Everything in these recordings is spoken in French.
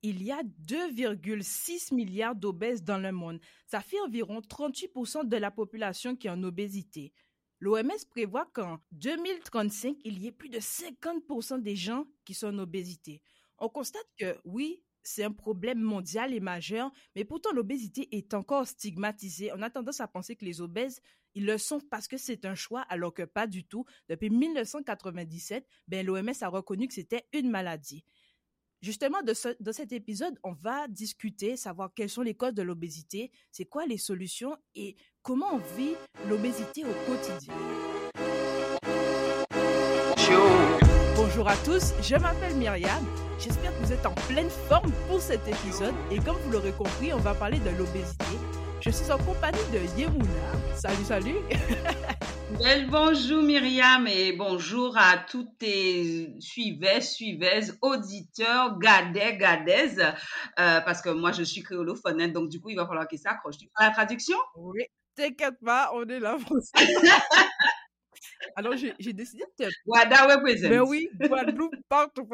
il y a 2,6 milliards d'obèses dans le monde. Ça fait environ 38% de la population qui est en obésité. L'OMS prévoit qu'en 2035, il y ait plus de 50% des gens qui sont en obésité. On constate que oui, c'est un problème mondial et majeur, mais pourtant l'obésité est encore stigmatisée. On a tendance à penser que les obèses, ils le sont parce que c'est un choix, alors que pas du tout. Depuis 1997, l'OMS a reconnu que c'était une maladie. Justement, de cet épisode, on va discuter, savoir quelles sont les causes de l'obésité, c'est quoi les solutions et comment on vit l'obésité au quotidien. Bonjour à tous, je m'appelle Myriam. J'espère que vous êtes en pleine forme pour cet épisode et comme vous l'aurez compris, on va parler de l'obésité. Je suis en compagnie de Yemouna. Salut. Bonjour Myriam et bonjour à toutes tes suiveuses, auditeurs, gadaises, parce que moi je suis créolophone, donc du coup il va falloir qu'ils s'accrochent. Tu fais la traduction? Oui, t'inquiète pas, on est là pour ça. Alors j'ai décidé de te... Wada represent. Mais oui, Guadeloupe, partout.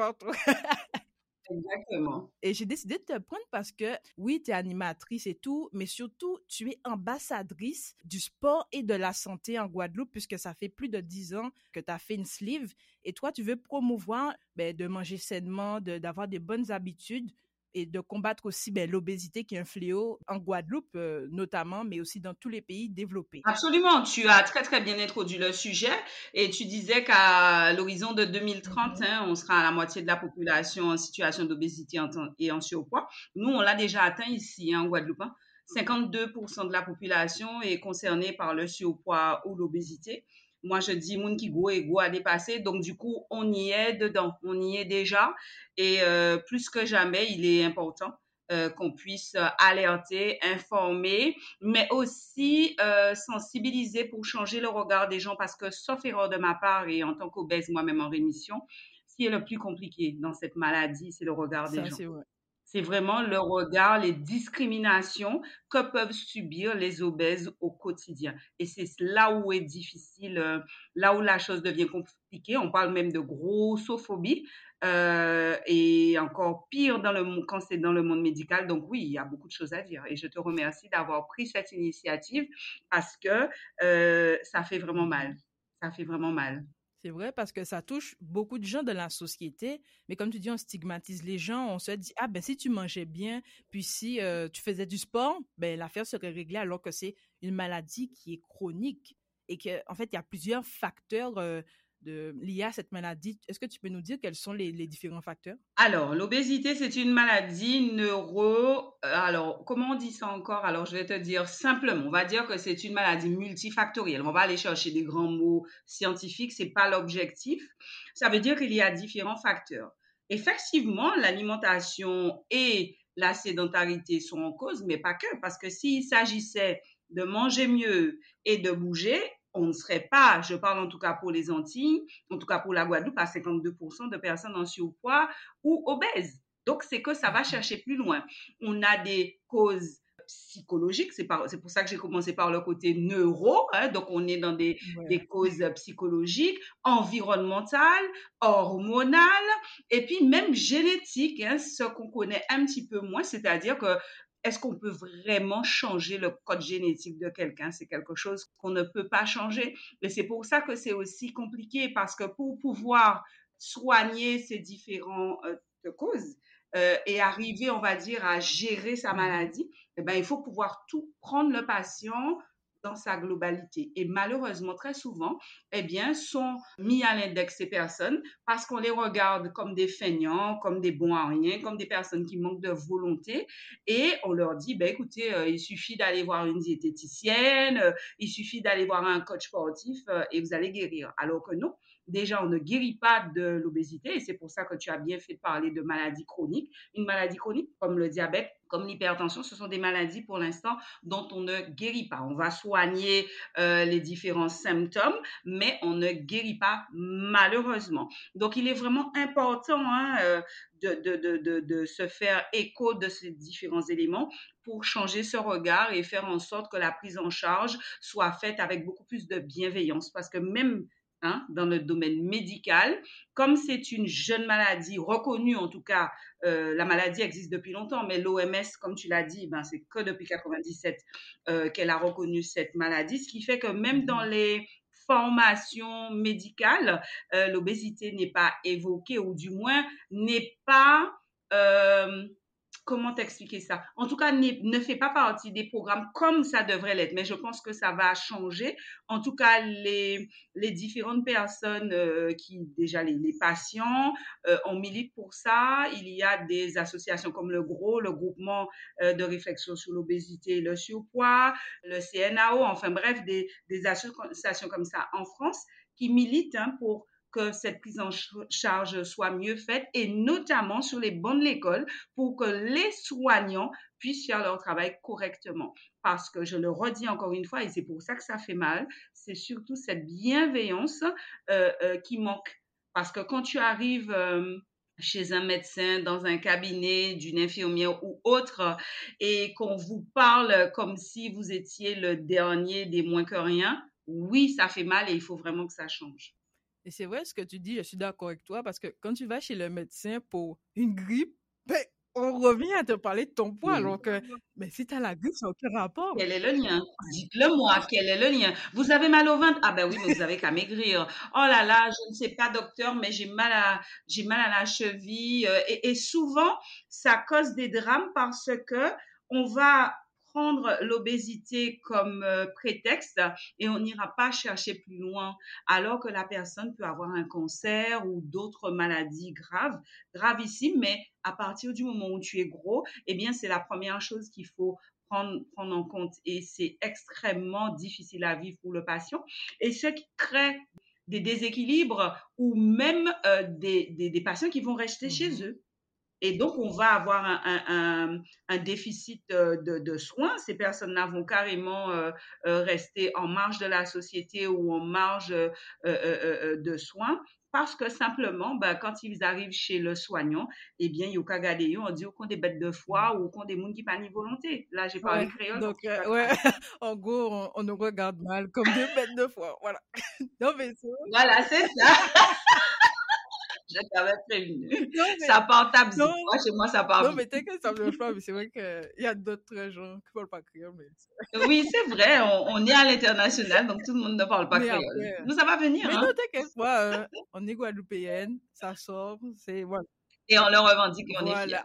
Exactement. Et j'ai décidé de te prendre parce que, oui, tu es animatrice et tout, mais surtout, tu es ambassadrice du sport et de la santé en Guadeloupe, puisque ça fait plus de 10 ans que tu as fait une sleeve. Et toi, tu veux promouvoir de manger sainement, d'avoir des bonnes habitudes et de combattre aussi l'obésité qui est un fléau en Guadeloupe notamment, mais aussi dans tous les pays développés. Absolument, tu as très très bien introduit le sujet et tu disais qu'à l'horizon de 2030, on sera à la moitié de la population en situation d'obésité et en surpoids. Nous, on l'a déjà atteint ici en Guadeloupe. 52% de la population est concernée par le surpoids ou l'obésité. Moi, je dis moun qui go et go à dépasser. Donc, du coup, on y est dedans. On y est déjà. Et plus que jamais, il est important qu'on puisse alerter, informer, mais aussi sensibiliser pour changer le regard des gens parce que, sauf erreur de ma part et en tant qu'obèse moi-même en rémission, ce qui est le plus compliqué dans cette maladie, c'est le regard des gens. C'est vrai. C'est vraiment le regard, les discriminations que peuvent subir les obèses au quotidien. Et c'est là où est difficile, là où la chose devient compliquée. On parle même de grossophobie et encore pire quand c'est dans le monde médical. Donc oui, il y a beaucoup de choses à dire. Et je te remercie d'avoir pris cette initiative parce que ça fait vraiment mal. Ça fait vraiment mal. C'est vrai parce que ça touche beaucoup de gens de la société, mais comme tu dis, on stigmatise les gens, on se dit, ah si tu mangeais bien, puis si tu faisais du sport, l'affaire serait réglée alors que c'est une maladie qui est chronique et qu'en fait, il y a plusieurs facteurs liés à cette maladie. Est-ce que tu peux nous dire quels sont les différents facteurs? Alors, l'obésité, c'est une maladie alors, comment on dit ça encore? Alors, je vais te dire simplement, on va dire que c'est une maladie multifactorielle. On va aller chercher des grands mots scientifiques, c'est pas l'objectif. Ça veut dire qu'il y a différents facteurs. Effectivement, l'alimentation et la sédentarité sont en cause, mais pas que, parce que s'il s'agissait de manger mieux et de bouger, on ne serait pas, je parle en tout cas pour les Antilles, en tout cas pour la Guadeloupe, à 52% de personnes en surpoids ou obèses. Donc, c'est que ça va chercher plus loin. On a des causes psychologiques, c'est pour ça que j'ai commencé par le côté neuro, donc on est dans des causes psychologiques, environnementales, hormonales, et puis même génétiques, ce qu'on connaît un petit peu moins, c'est-à-dire que est-ce qu'on peut vraiment changer le code génétique de quelqu'un? C'est quelque chose qu'on ne peut pas changer. Et c'est pour ça que c'est aussi compliqué parce que pour pouvoir soigner ces différentes causes et arriver, on va dire, à gérer sa maladie, il faut pouvoir tout prendre le patient dans sa globalité. Et malheureusement, très souvent, sont mis à l'index ces personnes parce qu'on les regarde comme des feignants, comme des bons à rien, comme des personnes qui manquent de volonté. Et on leur dit, écoutez, il suffit d'aller voir une diététicienne, il suffit d'aller voir un coach sportif et vous allez guérir. Alors que non, déjà, on ne guérit pas de l'obésité et c'est pour ça que tu as bien fait de parler de maladies chroniques. Une maladie chronique, comme le diabète, comme l'hypertension, ce sont des maladies pour l'instant dont on ne guérit pas. On va soigner les différents symptômes, mais on ne guérit pas malheureusement. Donc, il est vraiment important de se faire écho de ces différents éléments pour changer ce regard et faire en sorte que la prise en charge soit faite avec beaucoup plus de bienveillance. Parce que même hein, dans le domaine médical. Comme c'est une jeune maladie reconnue, en tout cas, la maladie existe depuis longtemps, mais l'OMS, comme tu l'as dit, ben, c'est que depuis 97 qu'elle a reconnu cette maladie, ce qui fait que même dans les formations médicales, l'obésité n'est pas évoquée, ou du moins n'est pas... comment t'expliquer ça? En tout cas, ne fait pas partie des programmes comme ça devrait l'être, mais je pense que ça va changer. En tout cas, les différentes personnes déjà les patients, on milite pour ça. Il y a des associations comme le GROS, le groupement de réflexion sur l'obésité et le surpoids, le CNAO, enfin bref, des associations comme ça en France qui militent, hein, pour que cette prise en charge soit mieux faite, et notamment sur les bancs de l'école, pour que les soignants puissent faire leur travail correctement. Parce que je le redis encore une fois, et c'est pour ça que ça fait mal, c'est surtout cette bienveillance qui manque. Parce que quand tu arrives chez un médecin, dans un cabinet d'une infirmière ou autre, et qu'on vous parle comme si vous étiez le dernier des moins que rien, oui, ça fait mal et il faut vraiment que ça change. Et c'est vrai ce que tu dis, je suis d'accord avec toi, parce que quand tu vas chez le médecin pour une grippe, ben, on revient à te parler de ton poids, Oui. alors que mais si tu as la grippe, ça n'a aucun rapport. Quel est le lien? Dites-le moi, quel est le lien? Vous avez mal au ventre? Ah ben oui, mais vous avez qu'à maigrir. Oh là là, je ne sais pas, docteur, mais j'ai mal à la cheville. Et souvent, ça cause des drames parce que on va prendre l'obésité comme prétexte et on n'ira pas chercher plus loin, alors que la personne peut avoir un cancer ou d'autres maladies graves, gravissimes, mais à partir du moment où tu es gros, eh bien, c'est la première chose qu'il faut prendre en compte, et c'est extrêmement difficile à vivre pour le patient, et ce qui crée des déséquilibres, ou même des patients qui vont rester chez eux. Et donc, on va avoir un déficit de soins. Ces personnes-là vont carrément rester en marge de la société ou en marge de soins, parce que simplement, ben, quand ils arrivent chez le soignant, eh bien, il y a qu'à garder, on dit qu'on des bêtes de foie ou qu'on des gens qui n'ont pas ni volonté. Là, j'ai Ouais, parlé créole, donc donc, tu vas ouais, traduire. en gros, on nous regarde mal, comme deux bêtes de foie, voilà. Non, mais c'est vrai. Voilà, c'est ça. Je t'avais prévenu. Non, mais, Ça part tabzi. non, Moi, chez moi, ça part non, vite. mais t'inquiète, ça me dérange pas, mais c'est vrai qu'il y a d'autres gens qui parlent pas créole, mais, Oui, c'est vrai, on est à l'international, donc tout le monde ne parle pas mais créole. après, Mais ça va venir, mais non, hein? t'inquiète pas, on est guadeloupéenne, ça sort, c'est, voilà. Et on le revendique et on est fiers. Voilà.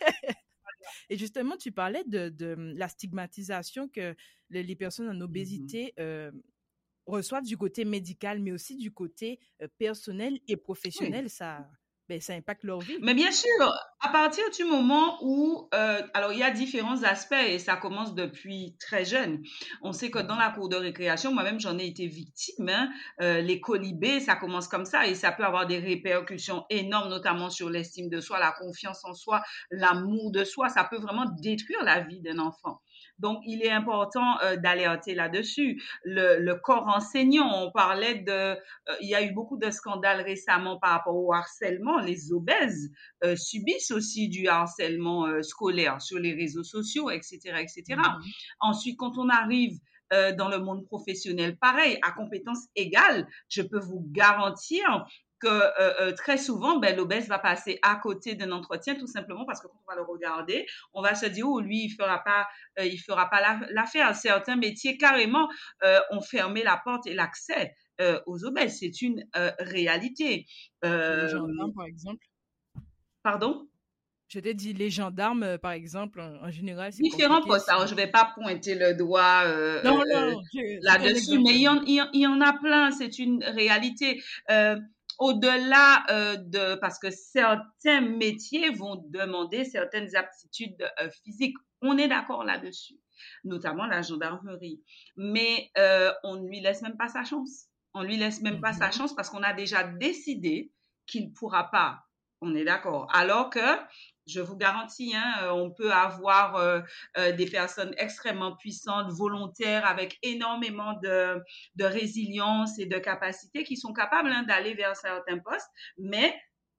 Et justement, tu parlais de la stigmatisation que les personnes en obésité reçoivent du côté médical, mais aussi du côté personnel et Oui. professionnel. Ça impacte leur vie. Mais bien sûr, à partir du moment où, alors il y a différents aspects et ça commence depuis très jeune. On sait que dans la cour de récréation, moi-même j'en ai été victime, hein, les colibés, ça commence comme ça et ça peut avoir des répercussions énormes, notamment sur l'estime de soi, la confiance en soi, l'amour de soi. Ça peut vraiment détruire la vie d'un enfant. Donc, il est important d'alerter là-dessus. Le corps enseignant, on parlait il y a eu beaucoup de scandales récemment par rapport au harcèlement. Les obèses subissent aussi du harcèlement scolaire sur les réseaux sociaux, etc., etc. Mhm. Ensuite, quand on arrive dans le monde professionnel, pareil, à compétences égales, je peux vous garantir que très souvent, ben, l'obèse va passer à côté d'un entretien, tout simplement parce que quand on va le regarder, on va se dire, oh, lui, il fera pas l'affaire. Certains métiers, carrément, ont fermé la porte et l'accès aux obèses. C'est une réalité. Les Euh, gendarmes, par exemple. pardon? Je t'ai dit, les gendarmes, par exemple, en général, c'est Différents compliqué. postes. Alors, je ne vais pas pointer le doigt Non, non, c'était un là-dessus, exemple mais seulement. il y en a plein. C'est une réalité. Au-delà parce que certains métiers vont demander certaines aptitudes physiques. On est d'accord là-dessus, notamment la gendarmerie. Mais on ne lui laisse même pas sa chance. On ne lui laisse même pas sa Mhm. chance parce qu'on a déjà décidé qu'il ne pourra pas. On est d'accord. Alors que, je vous garantis, hein, on peut avoir des personnes extrêmement puissantes, volontaires, avec énormément de résilience et de capacité, qui sont capables, hein, d'aller vers certains postes, mais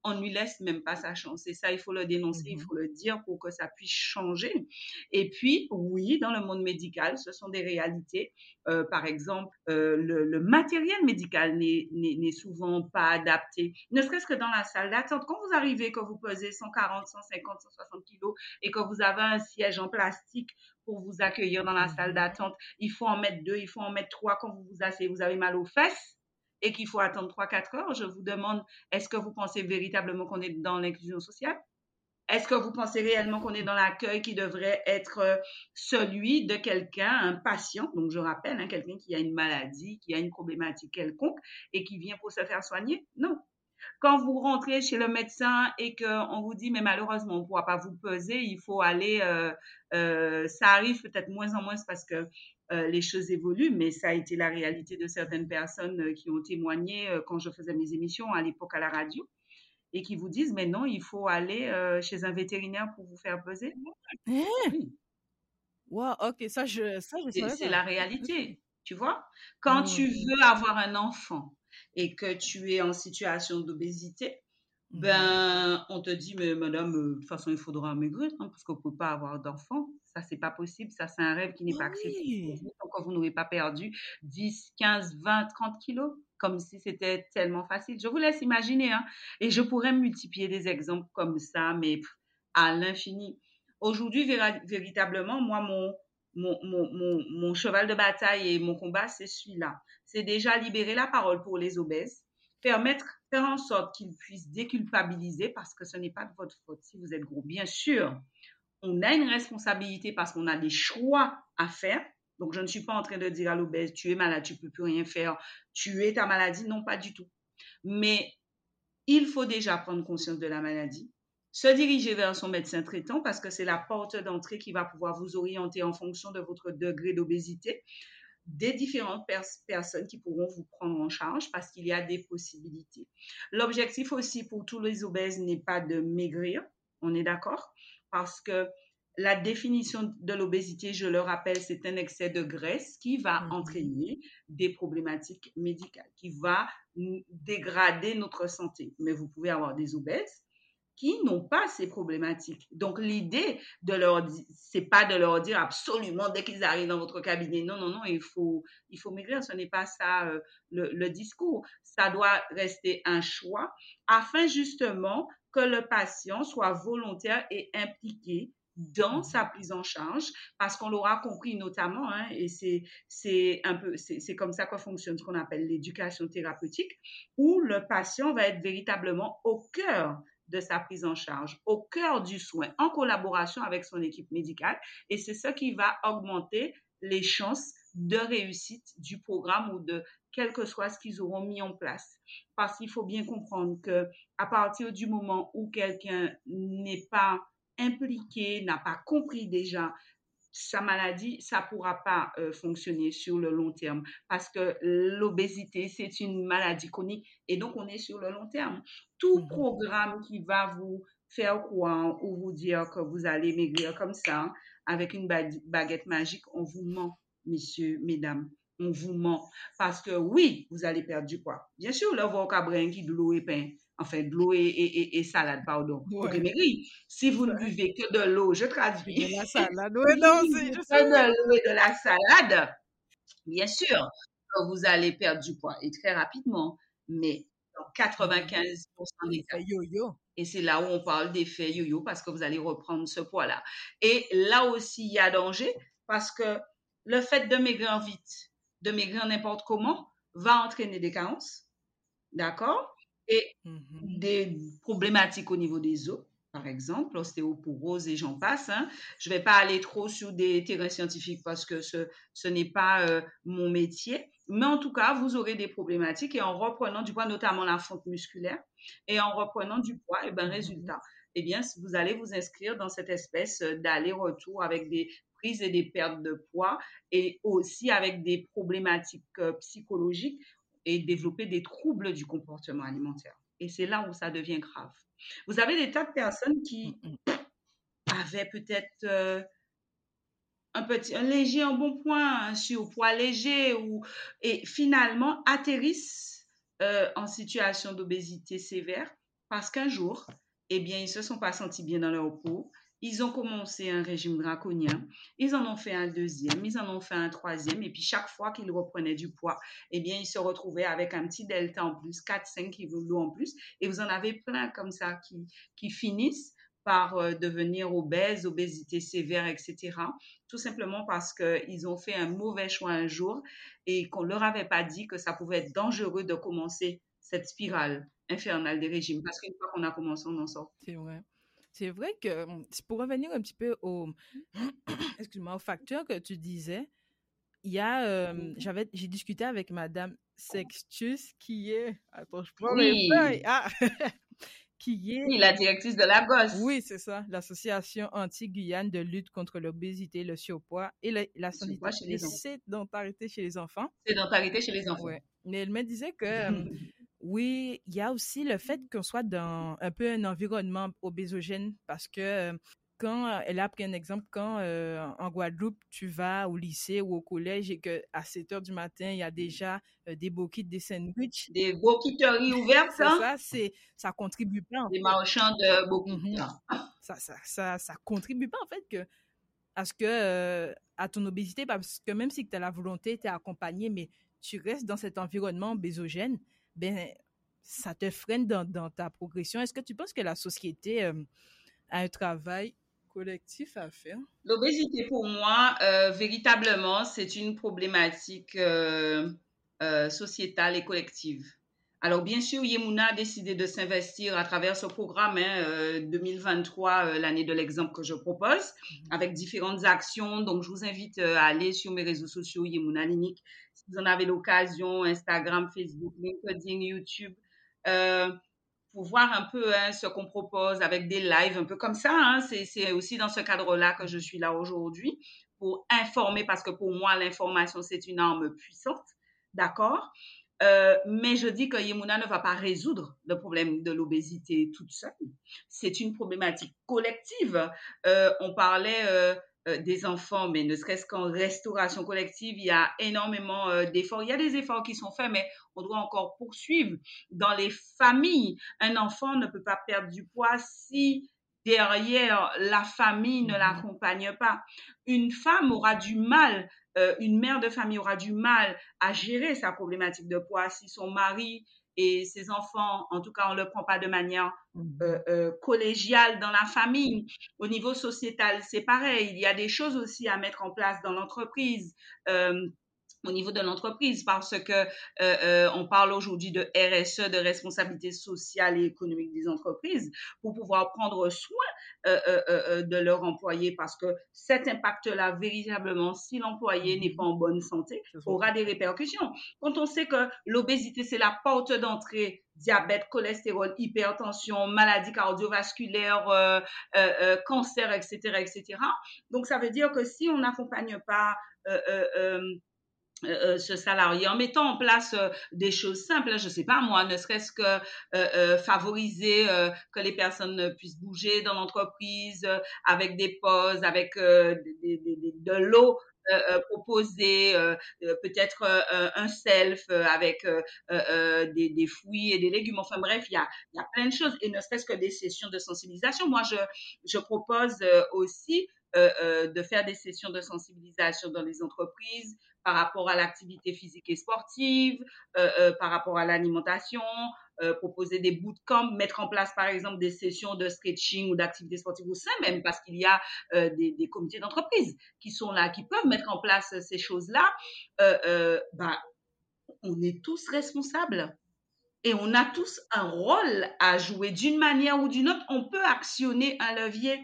on ne lui laisse même pas sa chance. Et ça, il faut le dénoncer, il faut le dire pour que ça puisse changer. Et puis, oui, dans le monde médical, ce sont des réalités. Par exemple, le matériel médical n'est souvent pas adapté. Ne serait-ce que dans la salle d'attente. Quand vous arrivez, que vous pesez 140, 150, 160 kilos et que vous avez un siège en plastique pour vous accueillir dans la salle d'attente, il faut en mettre 2, il faut en mettre 3. Quand vous vous asseyez, vous avez mal aux fesses et qu'il faut attendre 3-4 heures. Je vous demande, est-ce que vous pensez véritablement qu'on est dans l'inclusion sociale? Est-ce que vous pensez réellement qu'on est dans l'accueil qui devrait être celui de quelqu'un, un patient, donc je rappelle, hein, quelqu'un qui a une maladie, qui a une problématique quelconque et qui vient pour se faire soigner? Non. Quand vous rentrez chez le médecin et qu'on vous dit, mais malheureusement, on ne pourra pas vous peser, il faut aller, ça arrive peut-être moins en moins parce que les choses évoluent, mais ça a été la réalité de certaines personnes qui ont témoigné quand je faisais mes émissions à l'époque à la radio et qui vous disent, mais non, il faut aller chez un vétérinaire pour vous faire peser. Hein? Oui, Wow, ok, ça, je savais c'est pas. la Ok. réalité, tu vois. Quand tu Mhm. veux avoir un enfant et que tu es en situation d'obésité, Mhm. ben, on te dit, mais madame, de toute façon, il faudra maigrir, hein, parce qu'on ne peut pas avoir d'enfant. Ça, c'est pas possible. Ça, c'est un rêve qui n'est Ah pas accessible pour oui. vous tant que vous n'aurez pas perdu 10, 15, 20, 30 kilos, comme si c'était tellement facile. Je vous laisse imaginer, hein. Et je pourrais multiplier des exemples comme ça, mais à l'infini. Aujourd'hui, véritablement, moi, mon cheval de bataille et mon combat, c'est celui-là. C'est déjà libérer la parole pour les obèses, faire en sorte qu'ils puissent déculpabiliser parce que ce n'est pas de votre faute si vous êtes gros. Bien sûr, on a une responsabilité parce qu'on a des choix à faire. Donc, je ne suis pas en train de dire à l'obèse, tu es malade, tu ne peux plus rien faire, tu es ta maladie. Non, pas du tout. Mais il faut déjà prendre conscience de la maladie, se diriger vers son médecin traitant parce que c'est la porte d'entrée qui va pouvoir vous orienter en fonction de votre degré d'obésité, des différentes personnes qui pourront vous prendre en charge parce qu'il y a des possibilités. L'objectif aussi pour tous les obèses n'est pas de maigrir, on est d'accord? Parce que la définition de l'obésité, je le rappelle, c'est un excès de graisse qui va Mhm. entraîner des problématiques médicales, qui va dégrader notre santé. Mais vous pouvez avoir des obèses qui n'ont pas ces problématiques. Donc, l'idée de leur dire, c'est pas de leur dire absolument dès qu'ils arrivent dans votre cabinet, non, non, non, il faut maigrir. Ce n'est pas ça le discours. Ça doit rester un choix afin justement que le patient soit volontaire et impliqué dans sa Mhm. prise en charge parce qu'on l'aura compris notamment hein, et c'est un peu c'est comme ça que fonctionne ce qu'on appelle l'éducation thérapeutique où le patient va être véritablement au cœur de sa prise en charge, au cœur du soin, en collaboration avec son équipe médicale. Et c'est ce qui va augmenter les chances de réussite du programme ou de quel que soit ce qu'ils auront mis en place. Parce qu'il faut bien comprendre que à partir du moment où quelqu'un n'est pas impliqué, n'a pas compris déjà sa maladie, ça ne pourra pas fonctionner sur le long terme parce que l'obésité, c'est une maladie chronique et donc on est sur le long terme. Tout Mhm. programme qui va vous faire croire ou vous dire que vous allez maigrir comme ça, avec une baguette magique, on vous ment, messieurs, mesdames. On vous ment. Parce que oui, vous allez perdre du poids. Bien sûr, le vocabulaire qui de l'eau et pain, enfin de l'eau et salade, pardon. Ok, Ouais. mais oui, si vous ne Ouais. buvez que de l'eau, je Et de traduis. la salade. Si Ouais, vous non, buvez je que de sais. l'eau et de la salade, bien sûr que vous allez perdre du poids et très rapidement, mais dans Mhm. 95% des cas. L'effet yo-yo. Et c'est là où on parle d'effet yo-yo parce que vous allez reprendre ce poids-là. Et là aussi, il y a danger parce que le fait de maigrir vite, de maigrir n'importe comment, va entraîner des carences, d'accord? Et Mhm. des problématiques au niveau des os, par exemple, l'ostéoporose et j'en passe. Hein. Je ne vais pas aller trop sur des terrains scientifiques parce que ce n'est pas mon métier. Mais en tout cas, vous aurez des problématiques et en reprenant du poids, notamment la fonte musculaire, et en reprenant du poids, et ben Mhm. résultat, eh bien, vous allez vous inscrire dans cette espèce d'aller-retour avec des prises et des pertes de poids et aussi avec des problématiques psychologiques et développer des troubles du comportement alimentaire. Et c'est là où ça devient grave. Vous avez des tas de personnes qui Mhm. avaient peut-être un léger embonpoint, un surpoids léger, et finalement atterrissent en situation d'obésité sévère Parce qu'un jour, eh bien, ils ne se sont pas sentis bien dans leur peau. Ils ont commencé un régime draconien. Ils en ont fait un deuxième, ils en ont fait un troisième. Et puis, chaque fois qu'ils reprenaient du poids, eh bien, ils se retrouvaient avec un petit delta en plus, 4, 5 kilos en plus. Et vous en avez plein comme ça qui finissent par devenir obèses, obésité sévère, etc. Tout simplement parce qu'ils ont fait un mauvais choix un jour et qu'on ne leur avait pas dit que ça pouvait être dangereux de commencer cette spirale infernale des régimes. Parce qu'une fois qu'on a commencé, on en sort. C'est vrai. C'est vrai que, pour revenir un petit peu au, excuse-moi, au facteur que tu disais, il y a, j'ai discuté avec Madame Sextus qui est, attends, je prends mes feuilles, Oui, ah, qui est, oui, la directrice de la gosse. oui, c'est ça, l'association anti-Guyane de lutte contre l'obésité, le surpoids et la Je vois chez les enfants. sédentarité chez les enfants. Sédentarité chez les enfants. Ouais. Mais elle me disait que, oui, il y a aussi le fait qu'on soit dans un peu un environnement obésogène parce que quand elle a pris un exemple, quand en Guadeloupe, tu vas au lycée ou au collège et que à 7 heures du matin, il y a déjà des bokits, des sandwichs, Des boquiteries ouvertes, c'est hein? ça, ça contribue pas en Des fait. marchands de boquites. Mhm. Ça contribue pas en fait à ce que à ton obésité parce que même si tu as la volonté, tu es accompagné, mais tu restes dans cet environnement bésogène, ben ça te freine dans ta progression. Est-ce que tu penses que la société a un travail collectif à faire? L'obésité, pour moi, véritablement, c'est une problématique sociétale et collective. Alors, bien sûr, Yemuna a décidé de s'investir à travers ce programme 2023, l'année de l'exemple que je propose, Mhm. avec différentes actions. Donc, je vous invite à aller sur mes réseaux sociaux, Yemuna Linik, si vous en avez l'occasion, Instagram, Facebook, LinkedIn, YouTube. Euh, pour voir un peu ce qu'on propose avec des lives, un peu comme ça. Hein. C'est aussi dans ce cadre-là que je suis là aujourd'hui, pour informer, parce que pour moi, l'information, c'est une arme puissante. D'accord? Mais je dis que Yemuna ne va pas résoudre le problème de l'obésité toute seule. C'est une problématique collective. On parlait des enfants, mais ne serait-ce qu'en restauration collective, il y a énormément d'efforts. Il y a des efforts qui sont faits, mais on doit encore poursuivre. Dans les familles, un enfant ne peut pas perdre du poids si derrière la famille ne Mhm. l'accompagne pas. Une femme aura du mal, une mère de famille aura du mal à gérer sa problématique de poids si son mari et ses enfants, en tout cas, on ne le prend pas de manière Mhm. collégiale dans la famille. Au niveau sociétal, c'est pareil. Il y a des choses aussi à mettre en place dans l'entreprise. Au niveau de l'entreprise parce que on parle aujourd'hui de RSE, de responsabilité sociale et économique des entreprises, pour pouvoir prendre soin de leurs employés parce que cet impact-là, véritablement, si l'employé n'est pas Mhm. en bonne santé, C'est ça. aura des répercussions. Quand on sait que l'obésité, c'est la porte d'entrée, diabète, cholestérol, hypertension, maladie cardiovasculaire, cancer, etc., etc. Donc, ça veut dire que si on n'accompagne pas euh, euh, euh, ce salarié en mettant en place des choses simples, je ne sais pas moi, ne serait-ce que favoriser que les personnes puissent bouger dans l'entreprise avec des pauses, avec de l'eau proposée, peut-être un self avec des fruits et des légumes. Enfin bref, il y a plein de choses et ne serait-ce que des sessions de sensibilisation. Moi, je propose aussi de faire des sessions de sensibilisation dans les entreprises par rapport à l'activité physique et sportive, par rapport à l'alimentation, proposer des bootcamps, mettre en place par exemple des sessions de stretching ou d'activité sportive au sein même, parce qu'il y a des comités d'entreprise qui sont là, qui peuvent mettre en place ces choses-là. Bah, on est tous responsables. Et on a tous un rôle à jouer d'une manière ou d'une autre. On peut actionner un levier.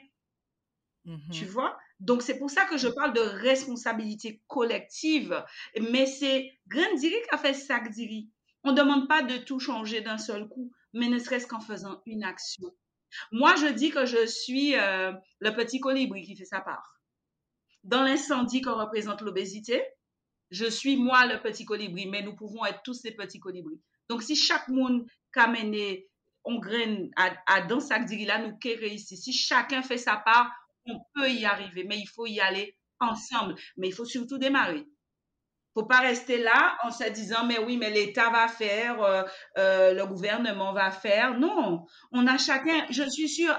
Tu Mhm. vois? Donc, c'est pour ça que je parle de responsabilité collective. Mais c'est Grandiri qui a fait ça, Diri. On ne demande pas de tout changer d'un seul coup, mais ne serait-ce qu'en faisant une action. Moi, je dis que je suis le petit colibri qui fait sa part. Dans l'incendie que représente l'obésité, je suis moi le petit colibri, mais nous pouvons être tous ces petits colibris. Donc, si chaque monde mené on graine à dans sa là, nous qui réussit. Si chacun fait sa part, on peut y arriver, mais il faut y aller ensemble. Mais il faut surtout démarrer. Faut pas rester là en se disant, mais oui, mais l'État va faire, le gouvernement va faire. Non, on a chacun, je suis sûre,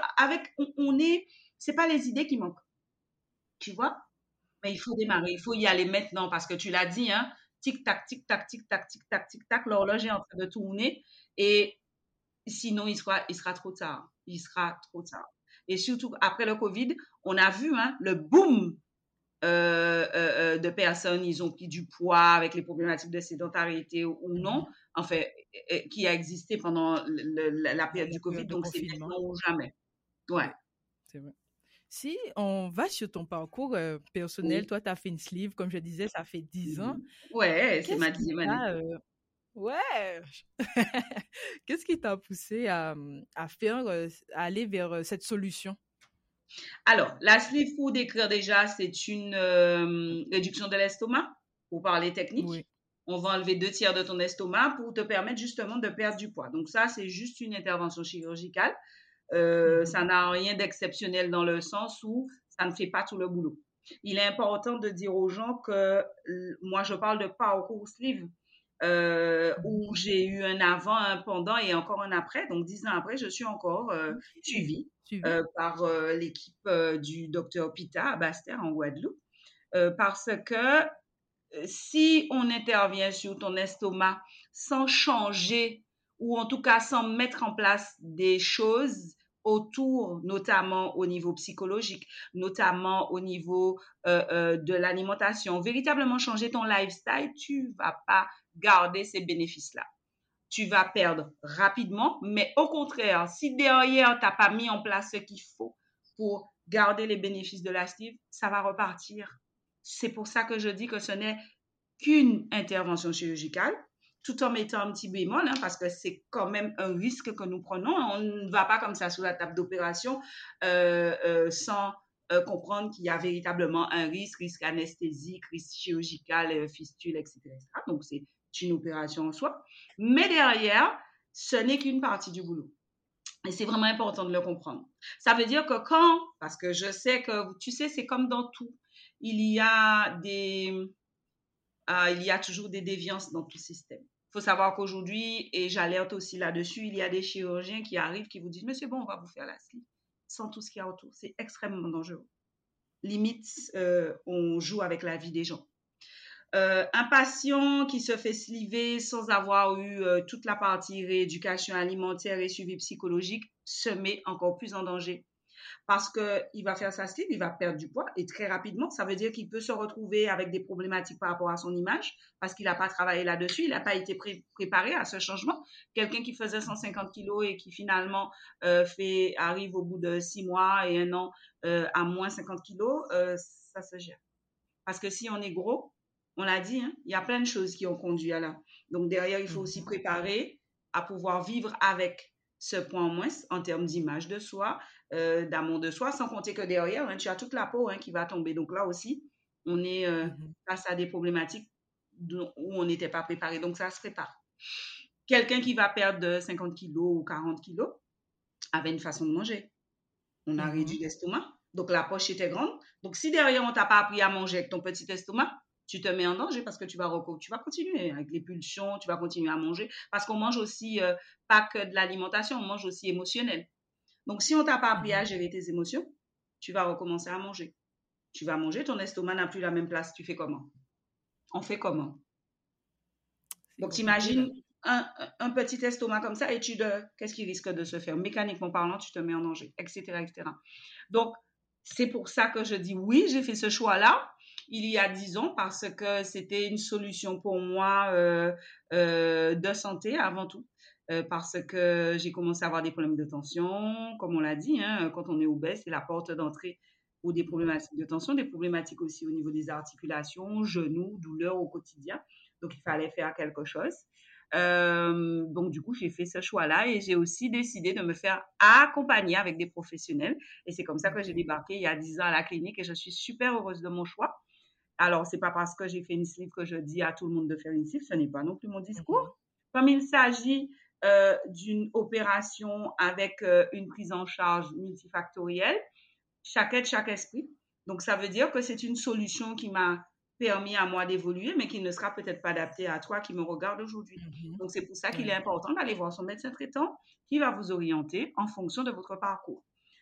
c'est pas les idées qui manquent, tu vois? Mais il faut démarrer, il faut y aller maintenant parce que tu l'as dit, hein, tic-tac, tic-tac, tic-tac, tic-tac, tic-tac, l'horloge est en train de tourner et sinon il sera trop tard. Il sera trop tard. Et surtout après le Covid, on a vu hein, le boom de personnes, ils ont pris du poids avec les problématiques de sédentarité ou non, enfin, qui a existé pendant la période La du Covid, période de donc c'est confinement. maintenant ou jamais. Ouais. Oui, c'est vrai. Si on va sur ton parcours personnel, Oui. toi, tu as fait une sleeve, comme je disais, ça fait 10 ans. Ouais, c'est Qu'est-ce ma qui 10e année. t'a ouais, qu'est-ce qui t'a poussé à faire, à aller vers cette solution? Alors, la sleeve, pour décrire déjà, c'est une réduction de l'estomac, pour parler technique. Oui. On va enlever 2 tiers de ton estomac pour te permettre justement de perdre du poids. Donc ça, c'est juste une intervention chirurgicale. Ça Mhm. n'a rien d'exceptionnel dans le sens où ça ne fait pas tout le boulot. Il est important de dire aux gens que moi, je parle de parcours sleeve, où Mhm. j'ai eu un avant, un pendant et encore un après. Donc, 10 ans après, je suis encore Ok. suivie Suivi. par l'équipe du docteur Pita à Basse-Terre en Guadeloupe. Parce que si on intervient sur ton estomac sans changer ou en tout cas sans mettre en place des choses autour, notamment au niveau psychologique, notamment au niveau de l'alimentation, véritablement changer ton lifestyle, tu vas pas garder ces bénéfices-là. Tu vas perdre rapidement, mais au contraire, si derrière, tu n'as pas mis en place ce qu'il faut pour garder les bénéfices de la sleeve, ça va repartir. C'est pour ça que je dis que ce n'est qu'une intervention chirurgicale, tout en mettant un petit bémol, hein, parce que c'est quand même un risque que nous prenons. On ne va pas comme ça sous la table d'opération sans comprendre qu'il y a véritablement un risque anesthésique, risque chirurgical, fistule, etc. Donc, c'est une opération en soi. Mais derrière, ce n'est qu'une partie du boulot. Et c'est vraiment important de le comprendre. Ça veut dire que parce que je sais que, tu sais, c'est comme dans tout, il y a il y a toujours des déviances dans tout système. Il faut savoir qu'aujourd'hui, et j'alerte aussi là-dessus, il y a des chirurgiens qui arrivent, qui vous disent, mais c'est bon, on va vous faire la sleeve, sans tout ce qu'il y a autour. C'est extrêmement dangereux. Limite, on joue avec la vie des gens. Un patient qui se fait sliver sans avoir eu toute la partie rééducation alimentaire et suivi psychologique se met encore plus en danger parce qu'il va faire sa sleeve, il va perdre du poids et très rapidement, ça veut dire qu'il peut se retrouver avec des problématiques par rapport à son image parce qu'il n'a pas travaillé là-dessus, il n'a pas été préparé à ce changement. Quelqu'un qui faisait 150 kilos et qui finalement arrive au bout de 6 mois et 1 an à moins 50 kilos, ça se gère. Parce que si on est gros, on l'a dit, hein, il y a plein de choses qui ont conduit à là. Donc derrière, il faut aussi Mhm. préparer à pouvoir vivre avec ce point en moins en termes d'image de soi, d'amour de soi, sans compter que derrière, hein, tu as toute la peau hein, qui va tomber. Donc là aussi, on est Mhm. face à des problématiques où on n'était pas préparé. Donc ça se prépare. Quelqu'un qui va perdre 50 kilos ou 40 kilos avait une façon de manger. On a Mhm. réduit l'estomac. Donc, la poche était grande. Donc, si derrière, on t'a pas appris à manger avec ton petit estomac, tu te mets en danger parce que tu vas continuer avec les pulsions, tu vas continuer à manger. Parce qu'on mange aussi, pas que de l'alimentation, on mange aussi émotionnel. Donc, si on t'a pas appris à Mhm. gérer tes émotions, tu vas recommencer à manger. Tu vas manger, ton estomac n'a plus la même place. Tu fais comment? On fait comment? C'est Donc, compliqué là. t'imagines un petit estomac comme ça et qu'est-ce qui risque de se faire? Mécaniquement parlant, tu te mets en danger, etc., etc. Donc, c'est pour ça que je dis oui, j'ai fait ce choix-là il y a 10 ans parce que c'était une solution pour moi de santé avant tout. Parce que j'ai commencé à avoir des problèmes de tension, comme on l'a dit, hein, quand on est obèse, c'est la porte d'entrée pour des problématiques de tension, des problématiques aussi au niveau des articulations, genoux, douleurs au quotidien. Donc, il fallait faire quelque chose. Donc, du coup, j'ai fait ce choix-là et j'ai aussi décidé de me faire accompagner avec des professionnels. Et c'est comme ça que j'ai Ok. débarqué il y a 10 ans à la clinique et je suis super heureuse de mon choix. Alors, c'est pas parce que j'ai fait une sleeve que je dis à tout le monde de faire une sleeve, ce n'est pas non plus mon Mhm. discours. Comme il s'agit d'une opération avec une prise en charge multifactorielle, chaque aide, chaque esprit. Donc, ça veut dire que c'est une solution qui m'a permis à moi d'évoluer, mais qui ne sera peut-être pas adapté à toi qui me regarde aujourd'hui. Donc, c'est pour ça qu'il est Ouais. important d'aller voir son médecin traitant qui va vous orienter en fonction de votre parcours.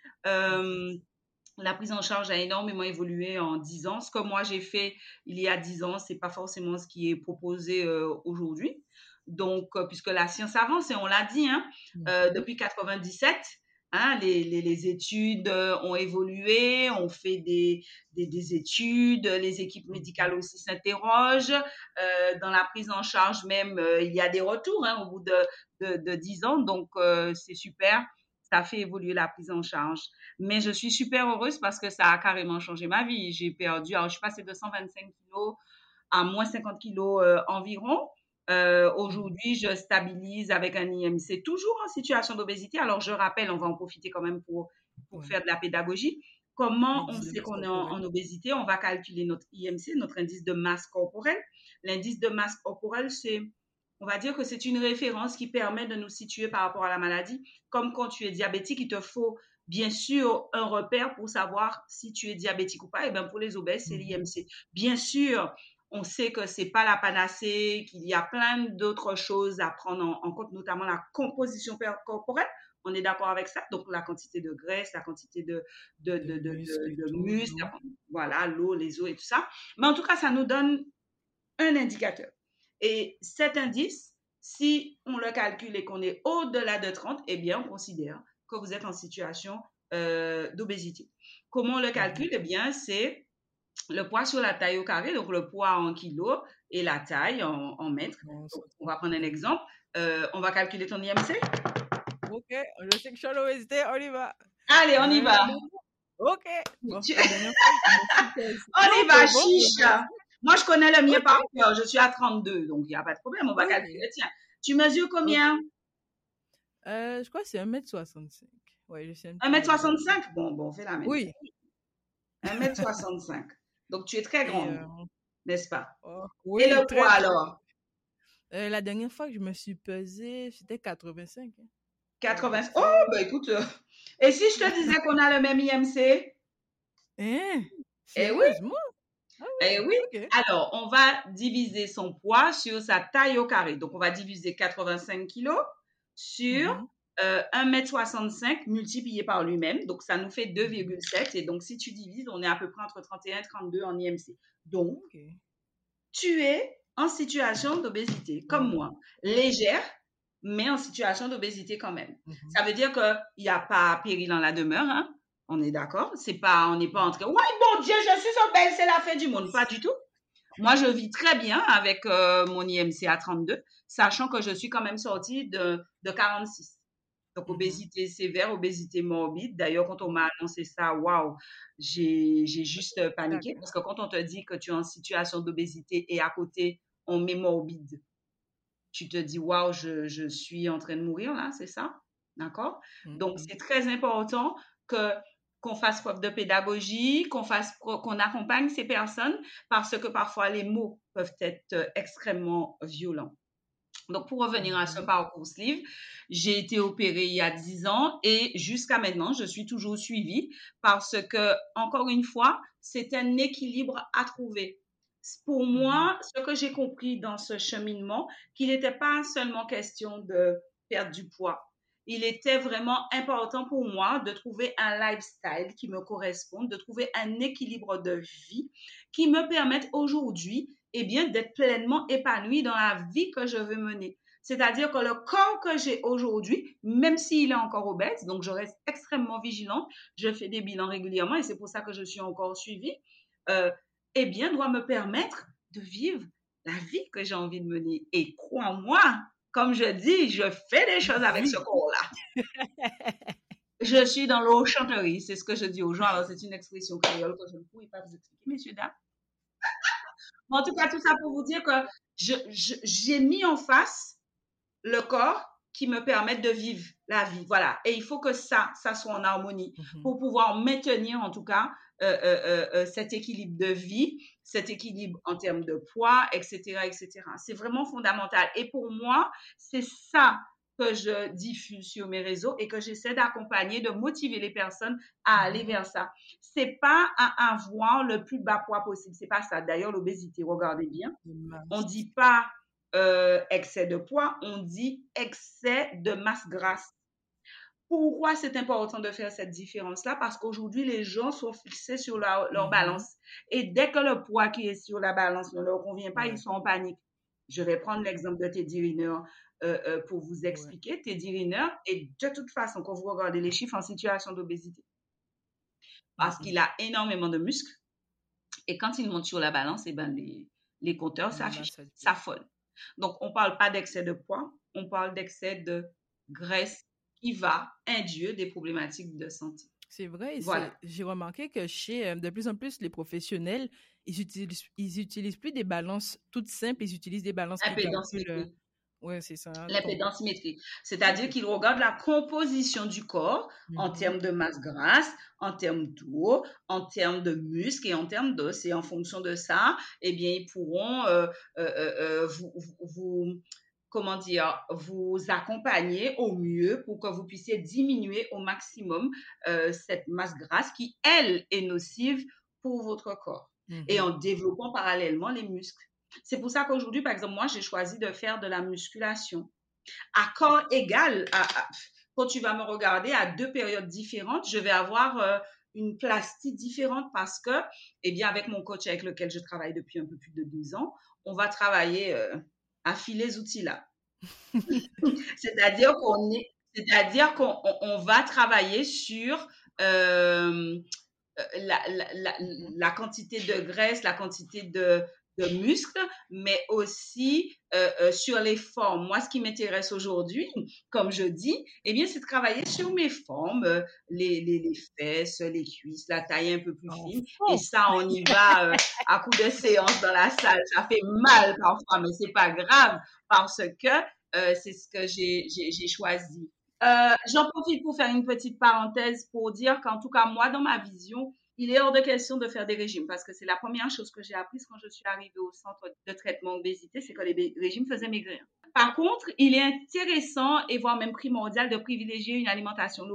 Ok. Euh, la prise en charge a énormément évolué en 10 ans. Ce que moi j'ai fait il y a 10 ans, c'est pas forcément ce qui est proposé aujourd'hui. Donc, puisque la science avance, et on l'a dit, hein, Mhm. depuis 97, hein, les études ont évolué, on fait des études, les équipes médicales Mhm. aussi s'interrogent. Dans la prise en charge même, il y a des retours hein, au bout de 10 ans, donc c'est super. Ça fait évoluer la prise en charge. Mais je suis super heureuse parce que ça a carrément changé ma vie. J'ai perdu, alors je suis passée de 125 kilos à moins 50 kilos environ. Mhm. Aujourd'hui, je stabilise avec un IMC, toujours en situation d'obésité. Alors, je rappelle, on va en profiter quand même pour Ouais. faire de la pédagogie. Comment on L'indice de sait masse qu'on est corporelle. en obésité? On va calculer notre IMC, notre indice de masse corporelle. L'indice de masse corporelle, on va dire que c'est une référence qui permet de nous situer par rapport à la maladie. Comme quand tu es diabétique, il te faut bien sûr un repère pour savoir si tu es diabétique ou pas. Et bien pour les obèses, c'est Mhm. l'IMC. Bien sûr, on sait que c'est pas la panacée, qu'il y a plein d'autres choses à prendre en compte, notamment la composition corporelle. On est d'accord avec ça. Donc, la quantité de graisse, la quantité De muscles et de tout, muscles, l'eau. voilà, l'eau, les os et tout ça. Mais en tout cas, ça nous donne un indicateur. Et cet indice, si on le calcule et qu'on est au-delà de 30, eh bien, on considère que vous êtes en situation d'obésité. Comment on le Mhm. calcule? Eh bien, c'est le poids sur la taille au carré, donc le poids en kilos et la taille en mètres. Bon, Donc, ça, on va prendre un ouais. exemple. On va calculer ton IMC. Ok, je sais que je suis en obésité, on y va. Allez, on y va. Ok. Bon, Tu- la dernière fois, je me suis pesée. On Non, y va, c'est bon, chiche. Moi, je connais le mien ok, par cœur. Je suis à 32, donc il n'y a pas de problème. On va ok, calculer. Tiens, tu mesures ok. combien? Je crois que c'est 1,65 m. Ouais, je suis un Un petit mètre peu plus grand. soixante-cinq. Bon, bon, on fait la même. Oui. 1,65 m. Donc, tu es très Et grande, n'est-ce pas? oh, Et oui, le poids très, très. alors? La dernière fois que je me suis pesée, c'était 85. Hein. Ouais, 80. Oh, très. bah écoute. Et si je te disais qu'on a le même IMC? Hein? Eh oui. Sérieusement? Ah Eh ouais, oui. ok. Alors, on va diviser son poids sur sa taille au carré. Donc, on va diviser 85 kilos sur Mhm. 1,65 m multiplié par lui-même. Donc, ça nous fait 2,7. Et donc, si tu divises, on est à peu près entre 31 et 32 en IMC. Donc, Ok. tu es en situation d'obésité, comme Ouais. moi. Ok. Légère, mais en situation d'obésité quand même. Mhm. Ça veut dire qu'il n'y a pas péril en la demeure, hein? On est d'accord? On n'est pas en train, ouais, bon Dieu, je suis obèse, c'est la fin du monde. Pas du tout. Moi, je vis très bien avec mon IMC à 32, sachant que je suis quand même sortie de 46. Donc, Mhm. obésité sévère, obésité morbide. D'ailleurs, quand on m'a annoncé ça, waouh, j'ai juste paniqué D'accord. parce que quand on te dit que tu es en situation d'obésité et à côté, on met morbide, tu te dis, waouh, je suis en train de mourir là, c'est ça? D'accord? Donc, Mhm. c'est très important que qu'on fasse preuve de pédagogie, qu'on accompagne ces personnes parce que parfois les mots peuvent être extrêmement violents. Donc, pour revenir à ce Mhm. parcours sleeve, j'ai été opérée il y a 10 ans et jusqu'à maintenant, je suis toujours suivie parce que, encore une fois, c'est un équilibre à trouver. Pour Mhm. moi, ce que j'ai compris dans ce cheminement, qu'il n'était pas seulement question de perdre du poids. Il était vraiment important pour moi de trouver un lifestyle qui me corresponde, de trouver un équilibre de vie qui me permette aujourd'hui eh bien, d'être pleinement épanouie dans la vie que je veux mener. C'est-à-dire que le corps que j'ai aujourd'hui, même s'il est encore obèse, donc je reste extrêmement vigilante, je fais des bilans régulièrement et c'est pour ça que je suis encore suivie, euh, eh bien, doit me permettre de vivre la vie que j'ai envie de mener. Et crois-moi, comme je dis, je fais des choses avec ce Oui. corps-là. Je suis dans l'eau chanterie, c'est ce que je dis aux gens. Alors, c'est une expression créole que je ne pourrais pas vous expliquer, messieurs, dames. Mais en tout cas, tout ça pour vous dire que j'ai mis en face le corps qui me permette de vivre la vie. Voilà. Et il faut que ça soit en harmonie Mhm. pour pouvoir maintenir en tout cas cet équilibre de vie, cet équilibre en termes de poids, etc., etc. C'est vraiment fondamental. Et pour moi, c'est ça que je diffuse sur mes réseaux et que j'essaie d'accompagner, de motiver les personnes à aller vers ça. C'est pas à avoir le plus bas poids possible. C'est pas ça. D'ailleurs, l'obésité, regardez bien. On dit pas excès de poids, on dit excès de masse grasse. Pourquoi c'est important de faire cette différence-là? Parce qu'aujourd'hui, les gens sont fixés sur leur balance. Et dès que le poids qui est sur la balance ne leur convient pas, ils sont en panique. Je vais prendre l'exemple de Teddy Riner pour vous expliquer. Teddy Riner est de toute façon, quand vous regardez les chiffres, en situation d'obésité. Parce qu'il a énormément de muscles. Et quand il monte sur la balance, eh ben, les compteurs s'affolent. Donc, on ne parle pas d'excès de poids, on parle d'excès de graisse qui va induire des problématiques de santé. C'est vrai. Voilà. J'ai remarqué que chez de plus en plus les professionnels, ils utilisent plus des balances toutes simples, ils utilisent des balances qui calculent. Oui, c'est ça. L'impédance-métrie. C'est-à-dire qu'ils regardent la composition du corps en termes de masse grasse, en termes d'eau, en termes de muscles et en termes d'os. Et en fonction de ça, eh bien, ils pourront vous accompagner au mieux pour que vous puissiez diminuer au maximum cette masse grasse qui, elle, est nocive pour votre corps. Et en développant parallèlement les muscles. C'est pour ça qu'aujourd'hui, par exemple, moi, j'ai choisi de faire de la musculation. À corps égal, quand tu vas me regarder à 2 périodes différentes, je vais avoir une plastie différente parce que, eh bien, avec mon coach avec lequel je travaille depuis un peu plus de 2 ans, on va travailler affiler les outils là. C'est-à-dire qu'on va travailler sur la quantité de graisse, la quantité de muscles, mais aussi sur les formes. Moi, ce qui m'intéresse aujourd'hui, comme je dis, eh bien, c'est de travailler sur mes formes, les fesses, les cuisses, la taille un peu plus fine. Et ça, on y va à coup de séance dans la salle. Ça fait mal parfois, mais c'est pas grave parce que c'est ce que j'ai choisi. J'en profite pour faire une petite parenthèse pour dire qu'en tout cas, moi, dans ma vision, il est hors de question de faire des régimes parce que c'est la première chose que j'ai apprise quand je suis arrivée au centre de traitement obésité, c'est que les régimes faisaient maigrir. Par contre, il est intéressant et voire même primordial de privilégier une alimentation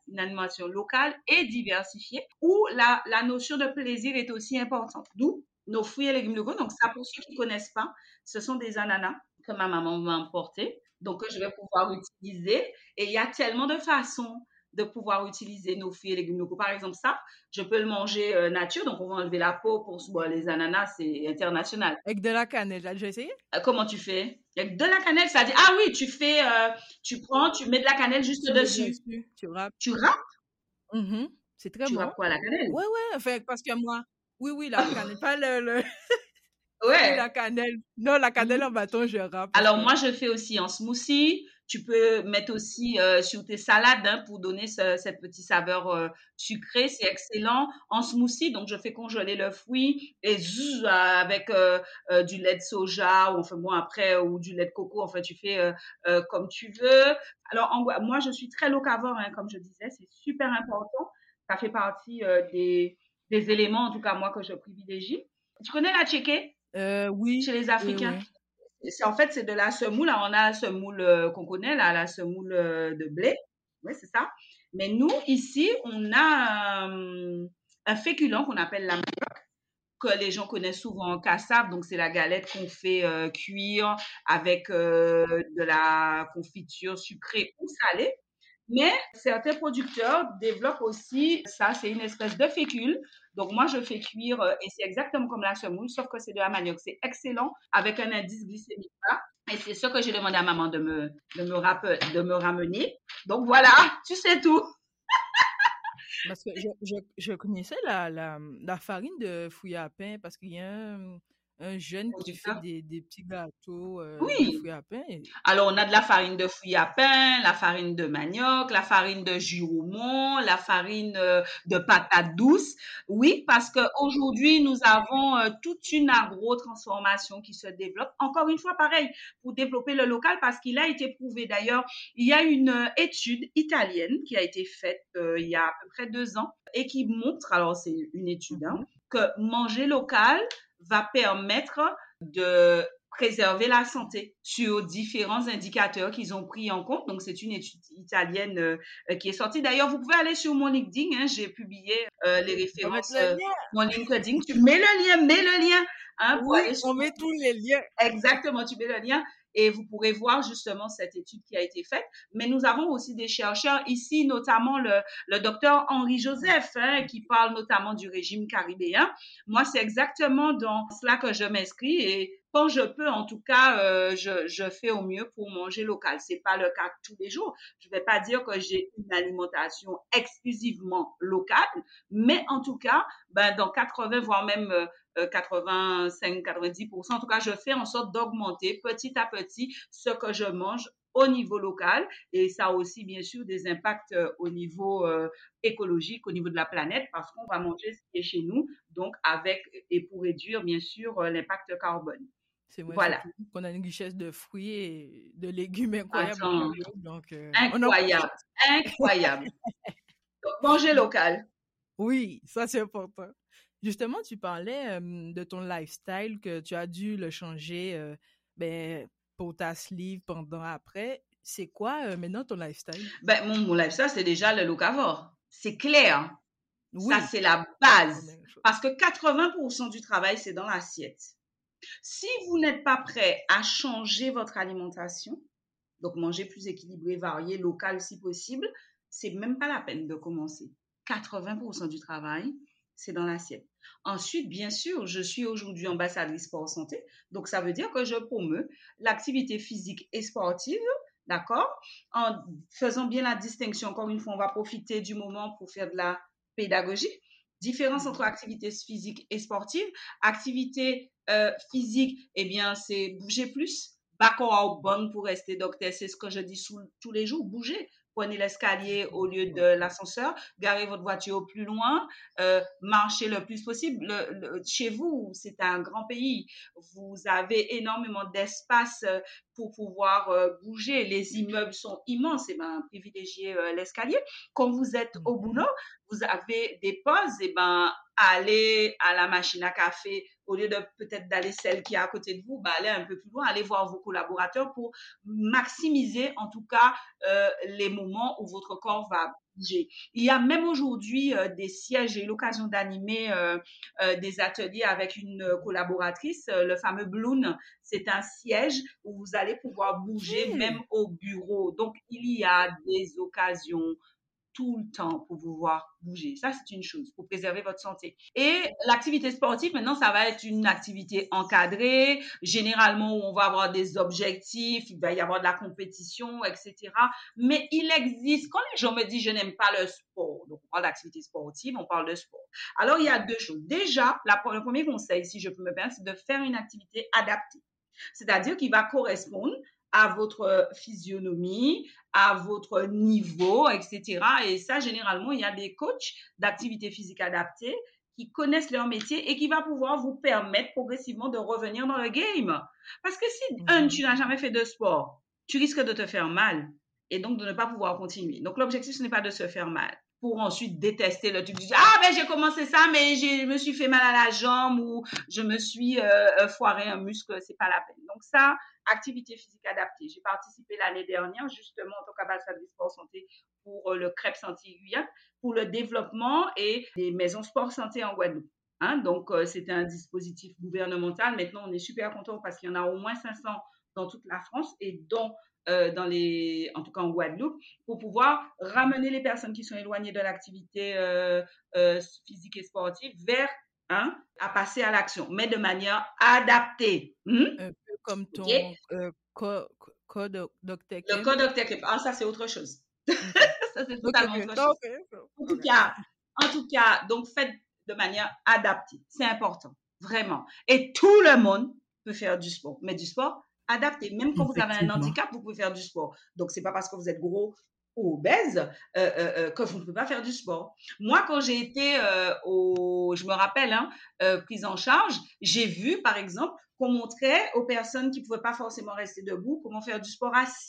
locale et diversifiée où la notion de plaisir est aussi importante. D'où nos fruits et légumes locaux. Donc ça, pour ceux qui ne connaissent pas, ce sont des ananas que ma maman m'a emporté, donc que je vais pouvoir utiliser. Et il y a tellement de façons de pouvoir utiliser nos fruits et légumes locaux. Par exemple, ça, je peux le manger nature, donc on va enlever la peau pour les ananas, c'est international. Avec de la cannelle, j'ai déjà essayé? Comment tu fais? Avec de la cannelle, ça dit, ah oui, tu mets de la cannelle juste dessus. Tu râpes. Tu râpes? C'est très bon. Tu râpes quoi, la cannelle? Ouais, enfin, parce que moi, oui, la cannelle, pas le... Ouais. Oui, la cannelle. Non, la cannelle en bâton, je râpe. Alors, moi, je fais aussi en smoothie. Tu peux mettre aussi sur tes salades pour donner cette petite saveur sucrée. C'est excellent. En smoothie, donc je fais congeler le fruit et avec du lait de soja ou enfin bon après ou du lait de coco. Enfin, tu fais comme tu veux. Alors, moi, je suis très locavore, comme je disais. C'est super important. Ça fait partie des éléments, en tout cas moi, que je privilégie. Tu connais la tchéké? Oui. Chez les Africains. Oui. En fait, c'est de la semoule. On a la semoule qu'on connaît, là, la semoule de blé. Oui, c'est ça. Mais nous, ici, on a un féculent qu'on appelle la manioc, que les gens connaissent souvent en cassave. Donc, c'est la galette qu'on fait cuire avec de la confiture sucrée ou salée. Mais certains producteurs développent aussi ça, c'est une espèce de fécule. Donc moi, je fais cuire et c'est exactement comme la semoule, sauf que c'est de la manioc. C'est excellent avec un indice glycémique bas. Et c'est ce que j'ai demandé à maman de me ramener. Donc voilà, tu sais tout. Parce que je connaissais la farine de fouille à pain parce qu'il y a un jeune qui fait des petits gâteaux de fouille à pain. Alors, on a de la farine de fouille à pain, la farine de manioc, la farine de jurumon, la farine de patate douce. Oui, parce qu'aujourd'hui, nous avons toute une agro-transformation qui se développe. Encore une fois, pareil, pour développer le local, parce qu'il a été prouvé. D'ailleurs, il y a une étude italienne qui a été faite il y a à peu près 2 ans et qui montre, alors c'est une étude, que manger local va permettre de préserver la santé sur différents indicateurs qu'ils ont pris en compte. Donc, c'est une étude italienne qui est sortie. D'ailleurs, vous pouvez aller sur mon LinkedIn. Hein, j'ai publié les Je vais mettre références. le lien. Mon LinkedIn, tu mets le lien hein, pour Oui, aller on sur met tous les liens. Exactement, tu mets le lien et vous pourrez voir justement cette étude qui a été faite. Mais nous avons aussi des chercheurs ici, notamment le docteur Henri Joseph, hein, qui parle notamment du régime caribéen. Moi, c'est exactement dans cela que je m'inscris et quand je peux, en tout cas, je fais au mieux pour manger local. C'est pas le cas tous les jours. Je vais pas dire que j'ai une alimentation exclusivement locale, mais en tout cas, ben, dans 80, voire même 85-90%. En tout cas, je fais en sorte d'augmenter petit à petit ce que je mange au niveau local et ça a aussi bien sûr des impacts au niveau écologique, au niveau de la planète parce qu'on va manger ce qui est chez nous, donc avec et pour réduire bien sûr l'impact carbone. C'est vrai, Voilà. surtout qu'on a une richesse de fruits et de légumes incroyable au Attends, Pérou, donc on en incroyable, profite. incroyable. Donc, manger local. Oui, ça c'est important. Justement, tu parlais de ton lifestyle, que tu as dû le changer ben, pour ta sleeve pendant après. C'est quoi maintenant ton lifestyle? Ben, mon lifestyle, c'est déjà le locavore. C'est clair. Ça, Oui, c'est la c'est la base. première chose. Parce que 80% du travail, c'est dans l'assiette. Si vous n'êtes pas prêt à changer votre alimentation, donc manger plus équilibré, varié, local si possible, c'est même pas la peine de commencer. 80% du travail, c'est dans l'assiette. Ensuite, bien sûr, je suis aujourd'hui ambassadrice sport santé, donc ça veut dire que je promeus l'activité physique et sportive, d'accord? En faisant bien la distinction, encore une fois, on va profiter du moment pour faire de la pédagogie. Différence entre Mhm. activité physique et sportive. Activité physique, eh bien, c'est bouger plus. Bacon bonne pour rester docteur, c'est ce que je dis tous les jours, bouger. Prenez l'escalier au lieu de Ouais. l'ascenseur, garez votre voiture au plus loin, marchez le plus possible. Chez vous, c'est un grand pays, vous avez énormément d'espace pour pouvoir bouger. Les immeubles sont immenses, et ben privilégiez l'escalier. Quand vous êtes au boulot, Mhm. vous avez des pauses, et ben allez à la machine à café au lieu de peut-être d'aller celle qui est à côté de vous, bah, allez un peu plus loin, allez voir vos collaborateurs pour maximiser en tout cas les moments où votre corps va bouger. Il y a même aujourd'hui des sièges, j'ai eu l'occasion d'animer des ateliers avec une collaboratrice, le fameux Bloon, c'est un siège où vous allez pouvoir bouger même Ok. au bureau. Donc il y a des occasions tout le temps pour pouvoir bouger. Ça, c'est une chose pour préserver votre santé. Et l'activité sportive, maintenant, ça va être une activité encadrée, généralement où on va avoir des objectifs, il va y avoir de la compétition, etc. Mais il existe, quand les gens me disent je n'aime pas le sport, donc on parle d'activité sportive, on parle de sport. Alors, il y a deux choses. Déjà, le premier conseil, si je peux me permettre, c'est de faire une activité adaptée. C'est-à-dire qu'il va correspondre à votre physionomie, à votre niveau, etc. Et ça, généralement, il y a des coachs d'activité physique adaptée qui connaissent leur métier et qui va pouvoir vous permettre progressivement de revenir dans le game. Parce que si, tu Mhm. n'as jamais fait de sport, tu risques de te faire mal et donc de ne pas pouvoir continuer. Donc, l'objectif, ce n'est pas de se faire mal pour ensuite détester le truc. Ah, ben, j'ai commencé ça, mais je me suis fait mal à la jambe ou je me suis foiré un muscle, c'est pas la peine. Donc ça, activité physique adaptée. J'ai participé l'année dernière, justement, en tant qu'ambassadrice sport santé pour le CREP Santé-Guyane, pour le développement et des maisons sport santé en Guadeloupe. Hein, donc, c'était un dispositif gouvernemental. Maintenant, on est super content parce qu'il y en a au moins 500 dans toute la France et dont en tout cas en Guadeloupe, pour pouvoir ramener les personnes qui sont éloignées de l'activité physique et sportive vers à passer à l'action, mais de manière adaptée. Un peu comme OK? ton code Dr. Le Kemp. code octet, ça, c'est autre chose. Ok. Ça, c'est Ok, totalement ok. autre Non, chose. ok. En tout Ok. cas, en tout cas, donc faites de manière adaptée. C'est important, vraiment. Et tout le monde peut faire du sport, mais du sport adapté. Même quand vous avez un Effectivement. handicap, vous pouvez faire du sport. Donc, c'est pas parce que vous êtes gros ou obèse que vous ne pouvez pas faire du sport. Moi, quand j'ai été je me rappelle, prise en charge, j'ai vu, par exemple, qu'on montrait aux personnes qui ne pouvaient pas forcément rester debout comment faire du sport assis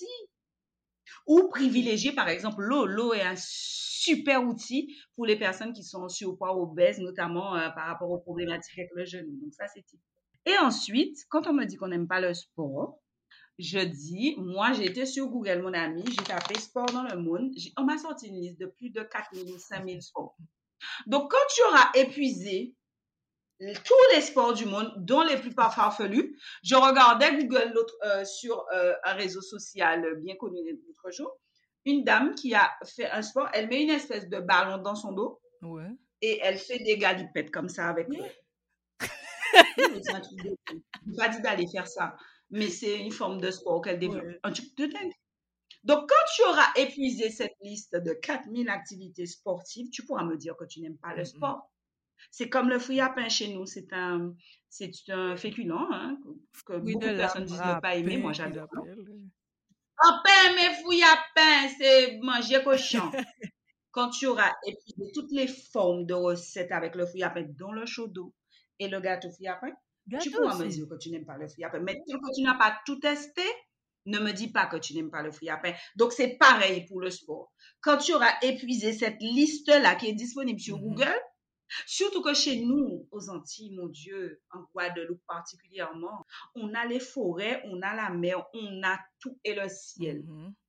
ou Ok. privilégier par exemple l'eau. L'eau est un super outil pour les personnes qui sont en surpoids, obèses, notamment par rapport aux problématiques avec le genou. Donc ça, c'est type. Et ensuite, quand on me dit qu'on n'aime pas le sport, je dis, moi, j'ai été sur Google, mon ami, j'ai tapé sport dans le monde. On m'a sorti une liste de plus de 4000 ou 5000 sports. Donc, quand tu auras épuisé tous les sports du monde, dont les plus farfelus, je regardais Google sur un réseau social bien connu l'autre jour, une dame qui a fait un sport, elle met une espèce de ballon dans son dos et elle fait des galipettes comme ça avec le... C'est un truc de... Je n'ai pas dit d'aller faire ça, mais c'est une forme de sport qu'elle développe. Un truc de dingue. Donc, quand tu auras épuisé cette liste de 4000 activités sportives, tu pourras me dire que tu n'aimes pas le sport. C'est comme le fruit à pain chez nous. C'est un féculent hein, que beaucoup de personnes disent ne pas aimer. Moi, j'adore. En pain, mes fruits à pain, c'est manger cochon. Quand tu auras épuisé toutes les formes de recettes avec le fruit à pain, dont le chaud d'eau et le gâteau fruit à pain, tu pourras me dire que tu n'aimes pas le fruit à pain. Mais tant que tu n'as pas tout testé, ne me dis pas que tu n'aimes pas le fruit à pain. Donc, c'est pareil pour le sport. Quand tu auras épuisé cette liste-là qui est disponible sur Google, surtout que chez nous, aux Antilles, mon Dieu, en Guadeloupe particulièrement, on a les forêts, on a la mer, on a tout et le ciel.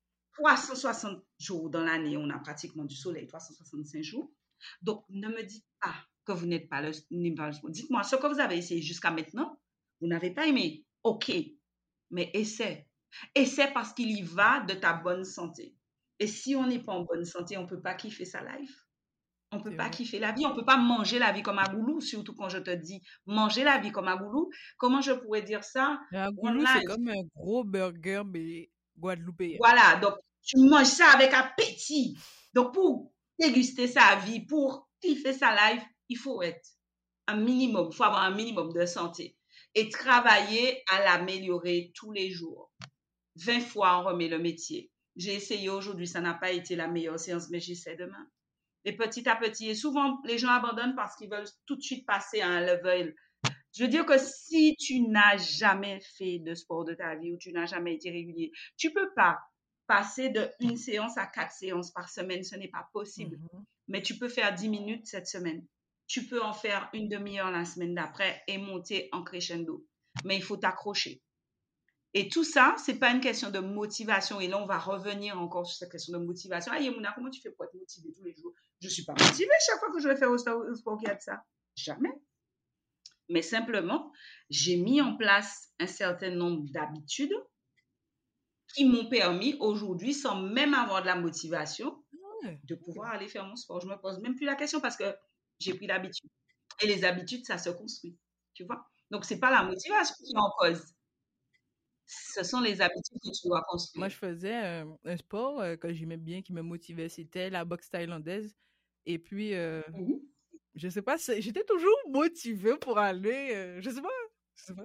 360 jours dans l'année, on a pratiquement du soleil, 365 jours. Donc, ne me dites pas que vous n'êtes pas le sport. Dites-moi ce que vous avez essayé jusqu'à maintenant. Vous n'avez pas aimé. OK, mais essaie. Essaie parce qu'il y va de ta bonne santé. Et si on n'est pas en bonne santé, on ne peut pas kiffer sa life. On ne peut pas kiffer la vie. On ne peut pas manger la vie comme un goulou, surtout quand je te dis manger la vie comme un goulou. Comment je pourrais dire ça? Un goulou, c'est comme un gros burger, mais guadeloupéen. Voilà, donc tu manges ça avec appétit. Donc pour déguster sa vie, pour kiffer sa life, il faut être un minimum, il faut avoir un minimum de santé et travailler à l'améliorer tous les jours. 20 fois, on remet le métier. J'ai essayé aujourd'hui, ça n'a pas été la meilleure séance, mais j'essaie demain. Et petit à petit, et souvent, les gens abandonnent parce qu'ils veulent tout de suite passer à un level. Je veux dire que si tu n'as jamais fait de sport de ta vie ou tu n'as jamais été régulier, tu peux pas passer de une séance à 4 séances par semaine. Ce n'est pas possible. Mais tu peux faire 10 minutes cette semaine. Tu peux en faire une demi-heure la semaine d'après et monter en crescendo. Mais il faut t'accrocher. Et tout ça, c'est pas une question de motivation. Et là, on va revenir encore sur cette question de motivation. Ah, Yemouna, comment tu fais pour être motivée tous les jours? Je suis pas motivée chaque fois que je vais faire au sport qu'il y a de ça. Jamais. Mais simplement, j'ai mis en place un certain nombre d'habitudes qui m'ont permis aujourd'hui, sans même avoir de la motivation, de pouvoir aller faire mon sport. Je me pose même plus la question parce que j'ai pris l'habitude. Et les habitudes, ça se construit. Tu vois? Donc, c'est pas la motivation qui est en cause. Ce sont les habitudes que tu dois construire. Moi, je faisais un sport que j'aimais bien, qui me motivait. C'était la boxe thaïlandaise. Et puis, je sais pas, j'étais toujours motivée pour aller. Je sais pas.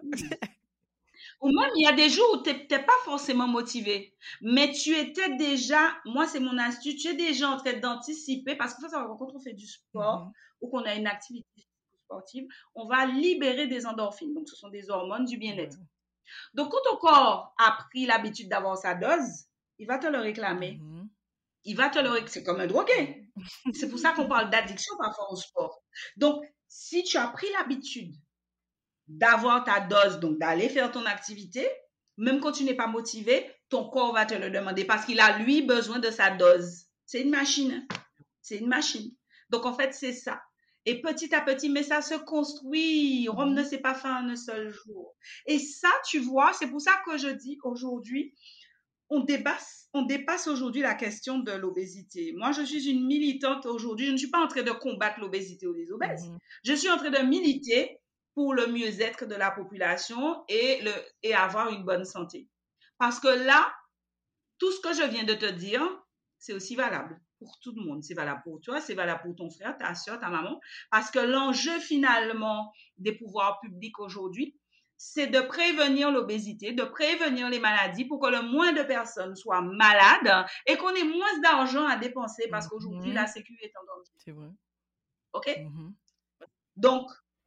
Ou même, il y a des jours où tu n'étais pas forcément motivé, mais tu étais déjà, moi c'est mon astuce, tu es déjà en train d'anticiper, parce qu'il faut savoir quand on fait du sport ou qu'on a une activité sportive, on va libérer des endorphines. Donc, ce sont des hormones du bien-être. Donc, quand ton corps a pris l'habitude d'avoir sa dose, il va te le réclamer. Il va te le réclamer. C'est comme un drogué. C'est pour ça qu'on parle d'addiction parfois au sport. Donc, si tu as pris l'habitude d'avoir ta dose, donc d'aller faire ton activité, même quand tu n'es pas motivé, ton corps va te le demander parce qu'il a, lui, besoin de sa dose. C'est une machine. C'est une machine. Donc, en fait, c'est ça. Et petit à petit, mais ça se construit. Rome ne s'est pas fait en un seul jour. Et ça, tu vois, c'est pour ça que je dis aujourd'hui, on dépasse aujourd'hui la question de l'obésité. Moi, je suis une militante aujourd'hui. Je ne suis pas en train de combattre l'obésité ou les obèses. Je suis en train de militer pour le mieux-être de la population et avoir une bonne santé. Parce que là, tout ce que je viens de te dire, c'est aussi valable pour tout le monde. C'est valable pour toi, c'est valable pour ton frère, ta soeur, ta maman. Parce que l'enjeu finalement des pouvoirs publics aujourd'hui, c'est de prévenir l'obésité, de prévenir les maladies pour que le moins de personnes soient malades et qu'on ait moins d'argent à dépenser parce qu'aujourd'hui, la sécu est en danger. C'est vrai. OK? Donc,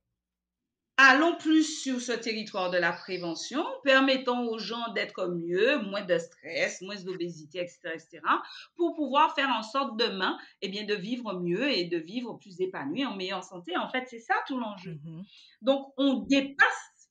allons plus sur ce territoire de la prévention, permettons aux gens d'être mieux, moins de stress, moins d'obésité, etc., etc., pour pouvoir faire en sorte demain, eh bien, de vivre mieux et de vivre plus épanoui, en meilleure santé. En fait, c'est ça tout l'enjeu. Donc, on dépasse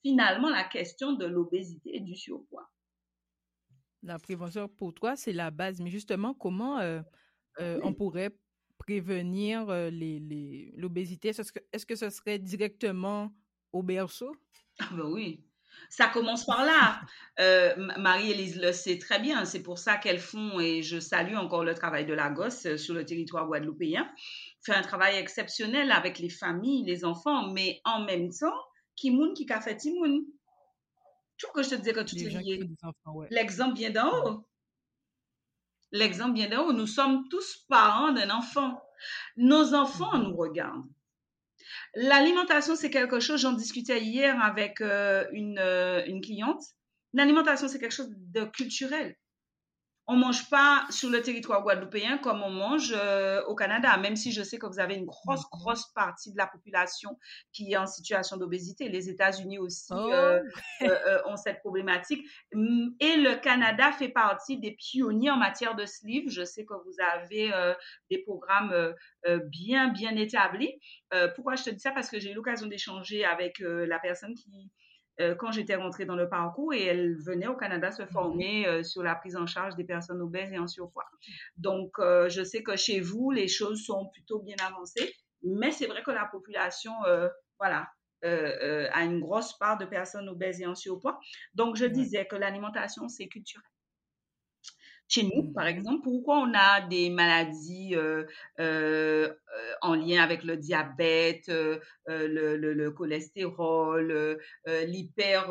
finalement la question de l'obésité et du surpoids. La prévention, pour toi, c'est la base. Mais justement, comment on Oui. pourrait prévenir l'obésité? Est-ce que ce serait directement au berceau? Ah ben oui, ça commence par là. Marie-Élise le sait très bien, c'est pour ça qu'elles font, et je salue encore le travail de la gosse sur le territoire guadeloupéen, fait un travail exceptionnel avec les familles, les enfants, mais en même temps, qui moun qui ka fait timoun. Tu vois que je te disais que tout Les est gens qui ont lié. des enfants, ouais. L'exemple vient d'en Mhm. haut. L'exemple vient d'en haut. Nous sommes tous parents d'un enfant. Nos enfants Mhm. nous regardent. L'alimentation, c'est quelque chose, j'en discutais hier avec une cliente. L'alimentation, c'est quelque chose de culturel. On mange pas sur le territoire guadeloupéen comme on mange au Canada, même si je sais que vous avez une Mhm. grosse partie de la population qui est en situation d'obésité. Les États-Unis aussi Oh, ont cette problématique. Et le Canada fait partie des pionniers en matière de sleeve. Je sais que vous avez des programmes bien établis. Pourquoi je te dis ça? Parce que j'ai eu l'occasion d'échanger avec la personne qui quand j'étais rentrée dans le parcours, et elle venait au Canada se mhm. former sur la prise en charge des personnes obèses et en surpoids. Donc, je sais que chez vous, les choses sont plutôt bien avancées, mais c'est vrai que la population, voilà, a une grosse part de personnes obèses et en surpoids. Donc, je Ouais. disais que l'alimentation, c'est culturel. Chez nous, par Mhm. exemple, pourquoi on a des maladies en lien avec le diabète, le cholestérol, l'hyper,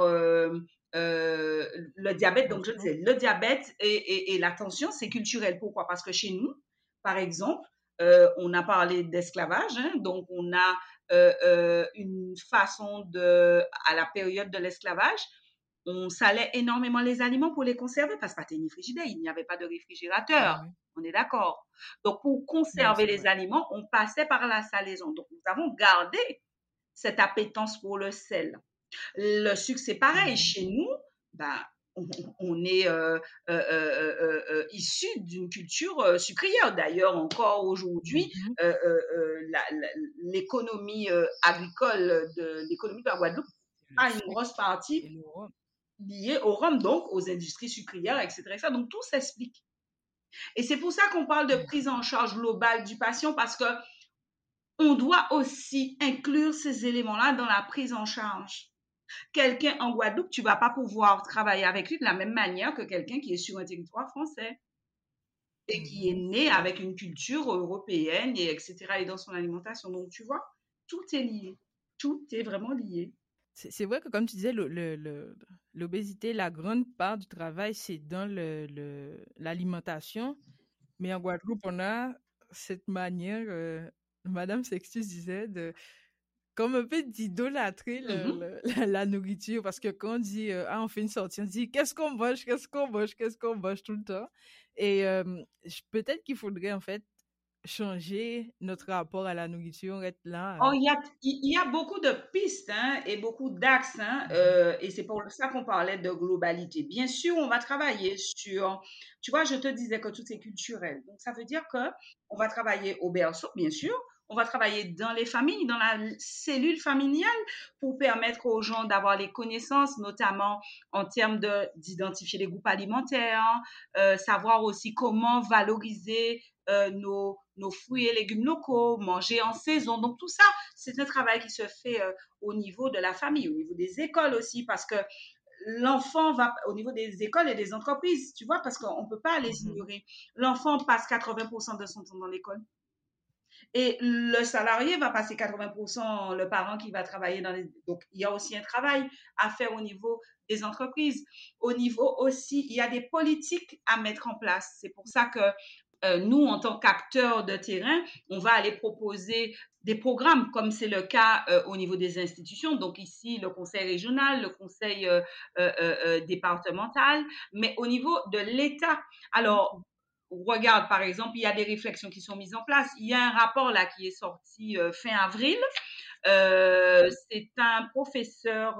le diabète, donc je Tension. disais, le diabète et la tension, c'est culturel. Pourquoi? Parce que chez nous, par exemple, on a parlé d'esclavage, hein, donc on a une façon à la période de l'esclavage, on salait énormément les aliments pour les conserver parce que pas de frigidaire, il n'y avait pas de réfrigérateur. Ouais. On est d'accord. Donc, pour Ouais, conserver c'est les vrai. aliments, on passait par la salaison. Donc, nous avons gardé cette appétence pour le sel. Le sucre, c'est pareil. Mhm. Chez nous, ben, on est issu d'une culture sucrière. D'ailleurs, encore aujourd'hui, Mhm. l'économie agricole de l'économie de la Guadeloupe C'est le a une sucre grosse partie et le rhum. lié au rhum, donc aux industries sucrières, etc. Donc tout s'explique. Et c'est pour ça qu'on parle de prise en charge globale du patient, parce que on doit aussi inclure ces éléments-là dans la prise en charge. Quelqu'un en Guadeloupe, tu vas pas pouvoir travailler avec lui de la même manière que quelqu'un qui est sur un territoire français et qui est Mhm. né avec une culture européenne, et etc. et dans son alimentation. Donc tu vois, tout est lié. Tout est vraiment lié. C'est vrai que comme tu disais, l'obésité, la grande part du travail, c'est dans l'alimentation. Mais en Guadeloupe, on a cette manière, Madame Sextus disait, comme un peu d'idolâtrer Mhm. la nourriture. Parce que quand on dit, ah, on fait une sortie, on dit, qu'est-ce qu'on mange, qu'est-ce qu'on mange, qu'est-ce qu'on mange tout le temps. Et peut-être qu'il faudrait en fait changer notre rapport à la nourriture, être là. Oh, il y a beaucoup de pistes hein, et beaucoup d'axes, hein, Mhm, et c'est pour ça qu'on parlait de globalité. Bien sûr, on va travailler sur, tu vois, je te disais que tout est culturel. Donc, ça veut dire que on va travailler au berceau, bien sûr. On va travailler dans les familles, dans la cellule familiale, pour permettre aux gens d'avoir les connaissances, notamment en termes d'identifier les groupes alimentaires, hein, savoir aussi comment valoriser nos fruits et légumes locaux, manger en saison. Donc tout ça, c'est un travail qui se fait au niveau de la famille, au niveau des écoles aussi, parce que l'enfant va au niveau des écoles et des entreprises, tu vois, parce qu'on ne peut pas les mhm, ignorer. L'enfant passe 80% de son temps dans l'école. Et le salarié va passer 80%, le parent qui va travailler dans les... Donc, il y a aussi un travail à faire au niveau des entreprises. Au niveau aussi, il y a des politiques à mettre en place. C'est pour ça que nous, en tant qu'acteurs de terrain, on va aller proposer des programmes, comme c'est le cas au niveau des institutions. Donc ici, le conseil régional, le conseil départemental, mais au niveau de l'État. Alors, ok, regarde, par exemple, il y a des réflexions qui sont mises en place. Il y a un rapport là qui est sorti fin avril. C'est un professeur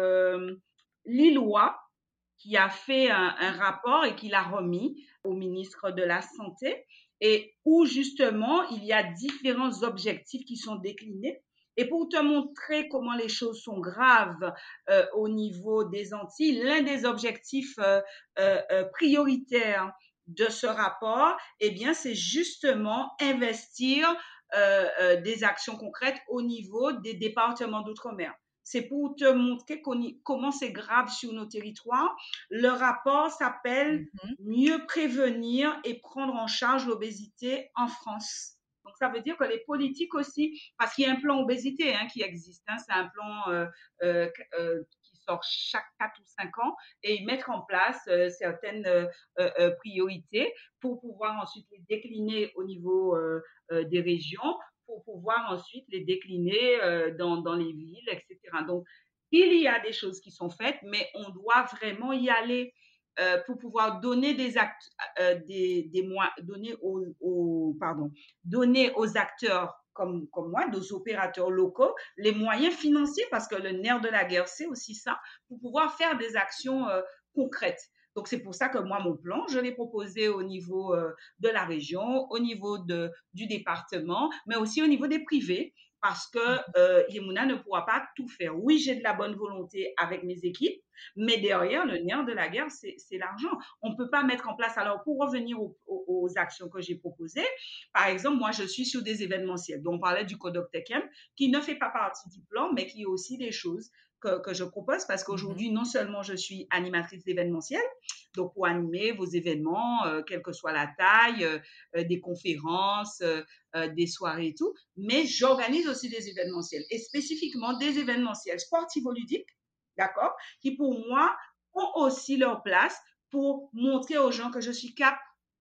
lillois qui a fait un rapport et qui l'a remis au ministre de la Santé, et où justement il y a différents objectifs qui sont déclinés Et pour te montrer comment les choses sont graves au niveau des Antilles, l'un des objectifs prioritaires de ce rapport, eh bien, c'est justement investir des actions concrètes au niveau des départements d'outre-mer. C'est pour te montrer comment c'est grave sur nos territoires. Le rapport s'appelle Mhm. Mieux prévenir et prendre en charge l'obésité en France. Donc, ça veut dire que les politiques aussi, parce qu'il y a un plan obésité qui existe, c'est un plan qui sort chaque 4 ou 5 ans et ils mettent en place certaines priorités pour pouvoir ensuite les décliner au niveau des régions, pour pouvoir ensuite les décliner dans les villes, etc. Donc, il y a des choses qui sont faites, mais on doit vraiment y aller pour pouvoir donner des actes, donner donner aux acteurs comme moi, nos opérateurs locaux, les moyens financiers, parce que le nerf de la guerre, c'est aussi ça, pour pouvoir faire des actions concrètes. Donc, c'est pour ça que moi, mon plan, je l'ai proposé au niveau de la région, au niveau du département, mais aussi au niveau des privés, parce que Yemuna ne pourra pas tout faire. Oui, j'ai de la bonne volonté avec mes équipes, mais derrière, le nerf de la guerre, c'est l'argent. On ne peut pas mettre en place. Alors, pour revenir aux actions que j'ai proposées, par exemple, moi, je suis sur des événementiels. Donc, on parlait du Codoc Tekem, qui ne fait pas partie du plan, mais qui est aussi des choses que je propose parce Mhm. qu'aujourd'hui, non seulement je suis animatrice d'événementiel, donc pour animer vos événements, quelle que soit la taille, des conférences, des soirées et tout, mais j'organise aussi des événementiels et spécifiquement des événementiels sportivo-ludiques, d'accord, qui pour moi ont aussi leur place pour montrer aux gens que je suis capable,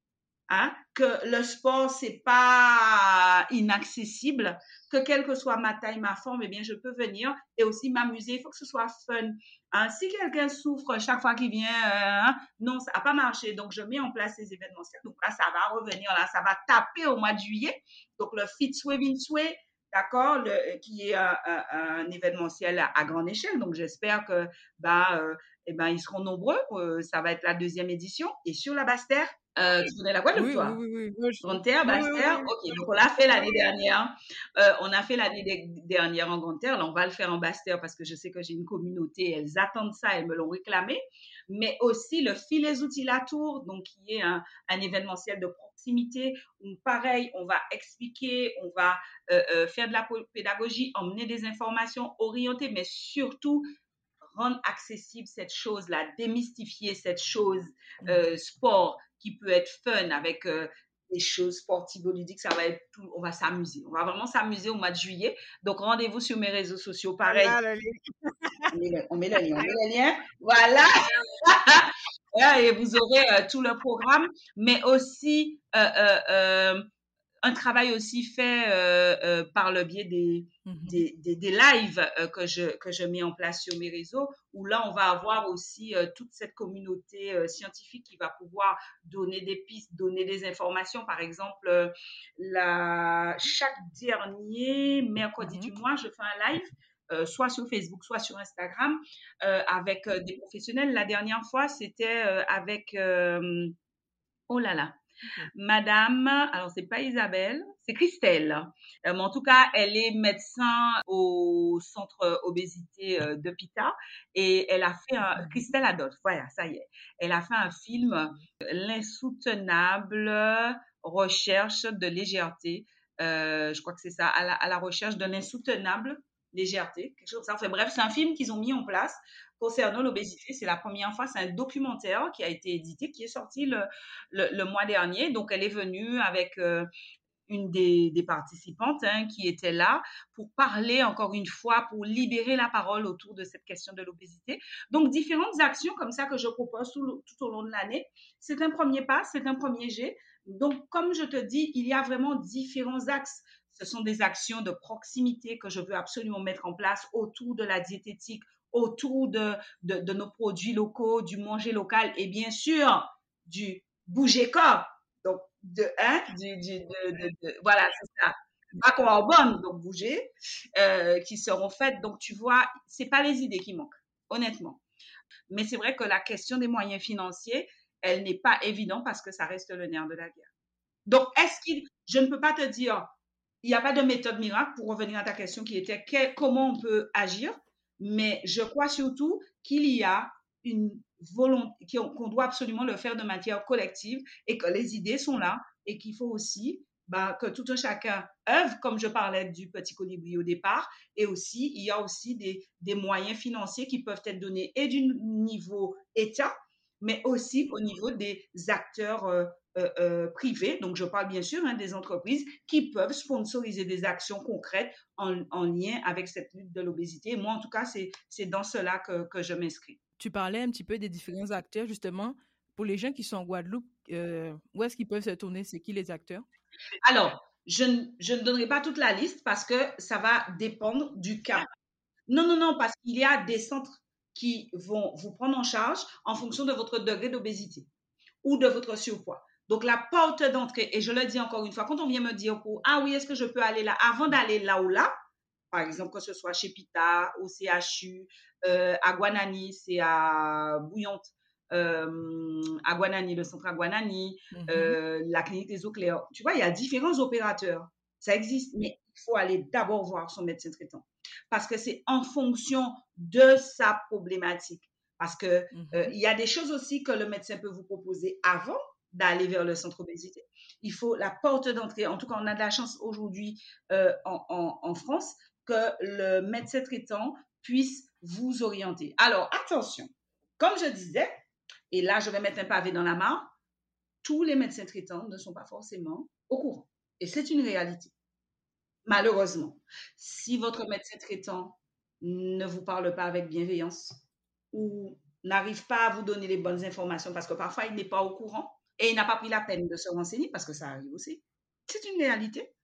que le sport, c'est pas inaccessible, que quelle que soit ma taille, ma forme, eh bien, je peux venir et aussi m'amuser. Il faut que ce soit fun. Si quelqu'un souffre chaque fois qu'il vient, non, ça n'a pas marché. Donc, je mets en place ces événementiels. Donc là, ça va revenir, là, ça va taper au mois de juillet. Donc, le Fitzway Vinsway, d'accord, qui est un événementiel à grande échelle. Donc, j'espère que, ils seront nombreux. Ça va être la 2e édition. Et sur la Basse-Terre, tu connais la Guadeloupe, Oui, oui, toi? oui, oui, oui, Grande Terre, oui, Basse oui, oui, Terre, oui. ok. Donc on l'a fait l'année dernière. On a fait l'année dernière en Grande Terre. Là, on va le faire en Basse Terre parce que je sais que j'ai une communauté. Elles attendent ça, elles me l'ont réclamé. Mais aussi le Filet Outils Latour, donc qui est un événementiel de proximité où pareil, on va expliquer, on va faire de la pédagogie, emmener des informations orientées, mais surtout rendre accessible cette chose-là, démystifier cette chose sport qui peut être fun avec des choses sportivo-ludiques, ça va être tout, on va s'amuser. On va vraiment s'amuser au mois de juillet. Donc, rendez-vous sur mes réseaux sociaux. Pareil, Voilà, on met le lien, on met le lien. Voilà. Et vous aurez tout le programme, mais aussi un travail aussi fait par le biais Mhm. des lives que je mets en place sur mes réseaux, où là, on va avoir aussi toute cette communauté scientifique qui va pouvoir donner des pistes, donner des informations. Par exemple, chaque dernier mercredi du Mhm. mois, je fais un live. Soit sur Facebook, soit sur Instagram, avec des professionnels. La dernière fois, c'était avec, oh là là, Ok. Madame, alors c'est pas Isabelle, c'est Christelle. Mais en tout cas, elle est médecin au centre obésité de Pita et elle a fait Mhm. Christelle Adolphe, voilà, ça y est. Elle a fait un film, L'insoutenable recherche de légèreté. Je crois que c'est ça, à la recherche de l'insoutenable légèreté, quelque chose comme ça. Enfin bref, c'est un film qu'ils ont mis en place concernant l'obésité. C'est la première fois, c'est un documentaire qui a été édité, qui est sorti le mois dernier. Donc, elle est venue avec une des participantes qui était là pour parler encore une fois, pour libérer la parole autour de cette question de l'obésité. Donc, différentes actions comme ça que je propose tout au long de l'année. C'est un premier pas, c'est un premier jet. Donc, comme je te dis, il y a vraiment différents axes. Ce sont des actions de proximité que je veux absolument mettre en place autour de la diététique, autour de nos produits locaux, du manger local et bien sûr du bouger corps. Donc, voilà, c'est ça. Pas bonne, donc bouger, qui seront faites. Donc, tu vois, c'est pas les idées qui manquent, honnêtement. Mais c'est vrai que la question des moyens financiers, elle n'est pas évidente parce que ça reste le nerf de la guerre. Donc, je ne peux pas te dire il n'y a pas de méthode miracle pour revenir à ta question qui était comment on peut agir, mais je crois surtout qu'il y a une volonté, qu'on doit absolument le faire de manière collective et que les idées sont là et qu'il faut aussi que tout un chacun œuvre, comme je parlais du petit colibri au départ, et aussi, il y a aussi des moyens financiers qui peuvent être donnés et du niveau État, mais aussi au niveau des acteurs privés. Donc, je parle bien sûr des entreprises qui peuvent sponsoriser des actions concrètes en lien avec cette lutte de l'obésité. Moi, en tout cas, c'est dans cela que je m'inscris. Tu parlais un petit peu des différents acteurs, justement. Pour les gens qui sont en Guadeloupe, où est-ce qu'ils peuvent se tourner? C'est qui les acteurs? Alors, je ne donnerai pas toute la liste parce que ça va dépendre du cas. Non, non, non, parce qu'il y a des centres qui vont vous prendre en charge en fonction de votre degré d'obésité ou de votre surpoids. Donc, la porte d'entrée, et je le dis encore une fois, quand on vient me dire, ah oui, est-ce que je peux aller là, avant d'aller là ou là, par exemple, que ce soit chez Pita, au CHU, à Guanani, c'est à Bouillante, à Guanani, le centre à Guanani, la clinique des eaux claires. Tu vois, il y a différents opérateurs. Ça existe, mais il faut aller d'abord voir son médecin traitant parce que c'est en fonction de sa problématique. Parce que il y a des choses aussi que le médecin peut vous proposer avant d'aller vers le centre obésité. Il faut la porte d'entrée. En tout cas, on a de la chance aujourd'hui en France que le médecin traitant puisse vous orienter. Alors, attention, comme je disais, et là, je vais mettre un pavé dans la mare, tous les médecins traitants ne sont pas forcément au courant. Et c'est une réalité. Malheureusement, si votre médecin traitant ne vous parle pas avec bienveillance ou n'arrive pas à vous donner les bonnes informations parce que parfois il n'est pas au courant et il n'a pas pris la peine de se renseigner parce que ça arrive aussi. C'est une réalité.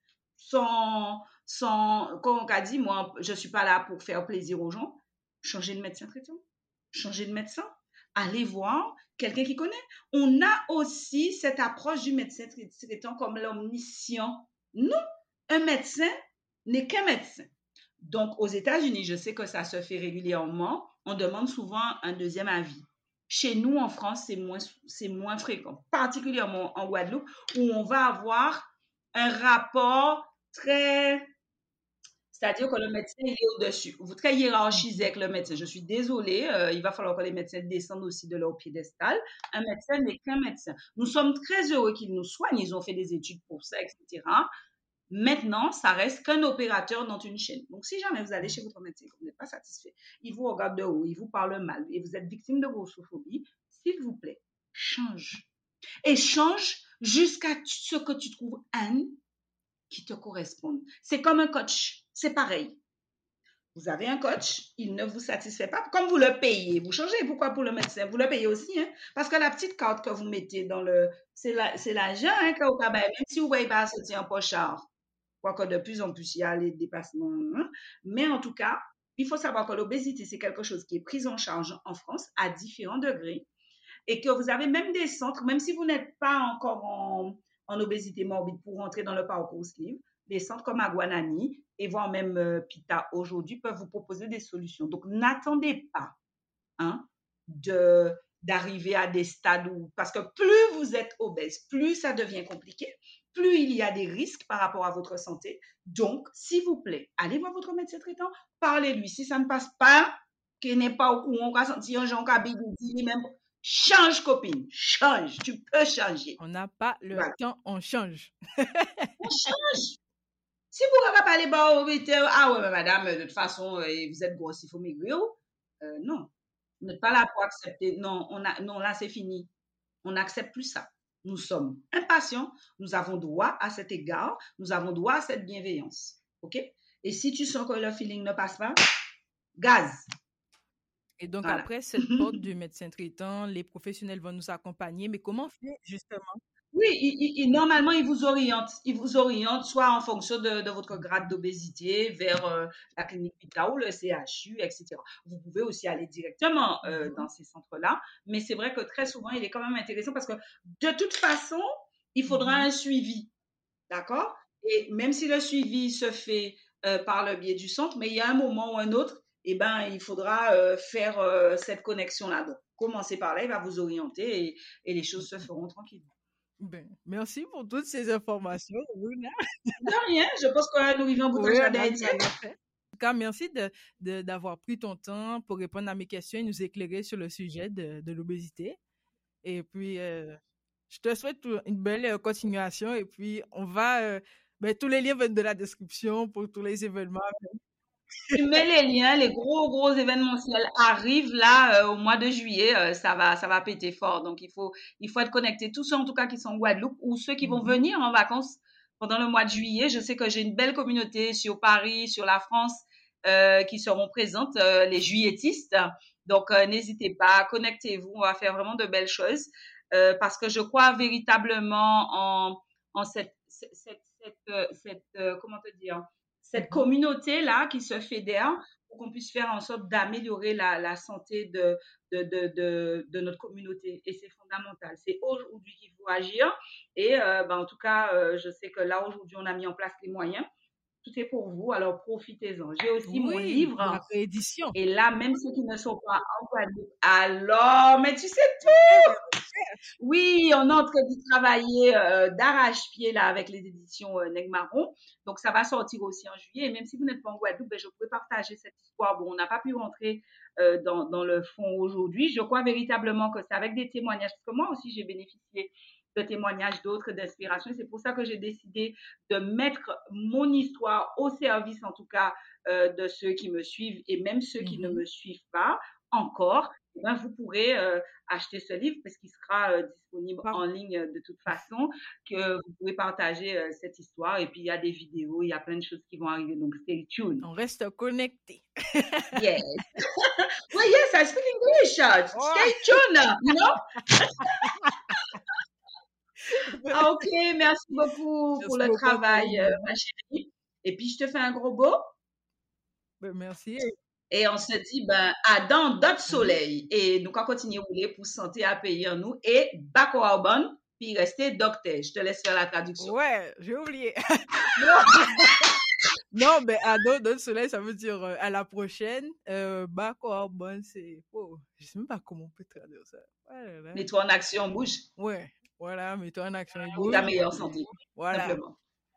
Comme on a dit, moi, je ne suis pas là pour faire plaisir aux gens. Changez de médecin traitant. Changez de médecin. Allez voir quelqu'un qui connaît. On a aussi cette approche du médecin traitant comme l'omniscient. Non, un médecin n'est qu'un médecin. Donc, aux États-Unis, je sais que ça se fait régulièrement. On demande souvent un deuxième avis. Chez nous, en France, c'est moins fréquent, particulièrement en Guadeloupe, où on va avoir un rapport très... C'est-à-dire que le médecin il est au-dessus. Vous très hiérarchisé avec le médecin. Je suis désolée, il va falloir que les médecins descendent aussi de leur piédestal. Un médecin n'est qu'un médecin. Nous sommes très heureux qu'ils nous soignent. Ils ont fait des études pour ça, etc. Maintenant, ça reste qu'un opérateur dans une chaîne. Donc, si jamais vous allez chez votre médecin et que vous n'êtes pas satisfait, il vous regarde de haut, il vous parle mal et vous êtes victime de grossophobie, s'il vous plaît, change. Et change jusqu'à ce que tu trouves un qui te corresponde. C'est comme un coach. C'est pareil. Vous avez un coach, il ne vous satisfait pas. Comme vous le payez, vous changez. Pourquoi pour le médecin? Vous le payez aussi, hein? Parce que la petite carte que vous mettez dans le... C'est l'argent hein, que vous avez, même si vous ne voyez pas sortir en pochard. Quoique de plus en plus, il y a les dépassements. Hein? Mais en tout cas, il faut savoir que l'obésité, c'est quelque chose qui est pris en charge en France à différents degrés et que vous avez même des centres, même si vous n'êtes pas encore en obésité morbide pour rentrer dans le parcours SLIV, des centres comme Aguanani et voire même Pita aujourd'hui peuvent vous proposer des solutions. Donc, n'attendez pas hein, d'arriver à des stades où, parce que plus vous êtes obèse, plus ça devient compliqué, plus il y a des risques par rapport à votre santé. Donc, s'il vous plaît, allez voir votre médecin traitant, parlez-lui. Si ça ne passe pas, qu'il n'est pas au courant, qu'on a senti un genre qui même change, copine, change, tu peux changer. On n'a pas le temps, on change. On change. Si vous n'avez pas les bas, ah ouais, madame, de toute façon, vous êtes grosse, il faut maigrir. Non. Vous n'êtes pas là pour accepter. Non, non, là, c'est fini. On n'accepte plus ça. Nous sommes impatients. Nous avons droit à cet égard. Nous avons droit à cette bienveillance. OK? Et si tu sens que le feeling ne passe pas, gaz. Et donc, voilà. Après cette porte du médecin traitant, les professionnels vont nous accompagner. Mais comment faire, justement? Oui, normalement, ils vous orientent. Ils vous orientent soit en fonction de votre grade d'obésité vers la clinique Pita ou le CHU, etc. Vous pouvez aussi aller directement dans ces centres-là. Mais c'est vrai que très souvent, il est quand même intéressant parce que de toute façon, il faudra un suivi. D'accord? Et même si le suivi se fait par le biais du centre, mais il y a un moment ou un autre, eh ben, il faudra faire cette connexion-là. Donc, commencez par là, il va vous orienter et les choses se feront tranquillement. Ben, merci pour toutes ces informations, Luna. De rien, je pense qu'on nous vivons en bout de Oui, on a d'Haïti. bien fait. En tout cas, merci d'avoir pris ton temps pour répondre à mes questions et nous éclairer sur le sujet de l'obésité. Et puis, je te souhaite une belle continuation. Et puis, on va... ben, tous les liens viennent de la description pour tous les événements. Tu mets les liens, les gros événementiels arrivent là au mois de juillet, ça va péter fort. Donc il faut être connecté. Tous ceux en tout cas qui sont en Guadeloupe ou ceux qui vont venir en vacances pendant le mois de juillet. Je sais que j'ai une belle communauté sur Paris, sur la France, qui seront présentes, les juilletistes. Donc n'hésitez pas, connectez-vous. On va faire vraiment de belles choses parce que je crois véritablement en comment te dire, cette communauté-là qui se fédère pour qu'on puisse faire en sorte d'améliorer la santé de notre communauté. Et c'est fondamental. C'est aujourd'hui qu'il faut agir. Et en tout cas, je sais que là, aujourd'hui, on a mis en place les moyens. Tout est pour vous, alors profitez-en. J'ai aussi mon livre. La réédition. Et là, même ceux qui ne sont pas en Guadeloupe, alors, mais tu sais tout! Oui, on est en train de travailler d'arrache-pied là avec les éditions Nègre Marron. Donc, ça va sortir aussi en juillet. Et même si vous n'êtes pas en Guadeloupe, je pourrais partager cette histoire. Bon, on n'a pas pu rentrer dans le fond aujourd'hui. Je crois véritablement que c'est avec des témoignages. Parce que moi aussi, j'ai bénéficié de témoignages d'autres, d'inspiration. C'est pour ça que j'ai décidé de mettre mon histoire au service, en tout cas, de ceux qui me suivent et même ceux qui ne me suivent pas encore. Eh bien, vous pourrez acheter ce livre parce qu'il sera disponible en ligne de toute façon, que vous pouvez partager cette histoire. Et puis, il y a des vidéos, il y a plein de choses qui vont arriver. Donc, stay tuned. On reste connecté. Yes. Well, yes, I speak English. Stay tuned, you know? OK, merci beaucoup pour le travail, ma chérie. Et puis, je te fais un gros beau. Merci. Et on se dit, à dans d'autres soleil. Et nous, on continue à rouler pour santé à payer en nous. Et bako au bon, puis rester docteur. Je te laisse faire la traduction. Ouais, j'ai oublié. Non, mais à d'autres soleil, ça veut dire à la prochaine. Bako au bon, c'est... Oh, je sais même pas comment on peut traduire ça. Voilà. Mets-toi en action, bouge. Ouais, voilà, mets-toi en action. Pour ta meilleure santé. Voilà. Simplement.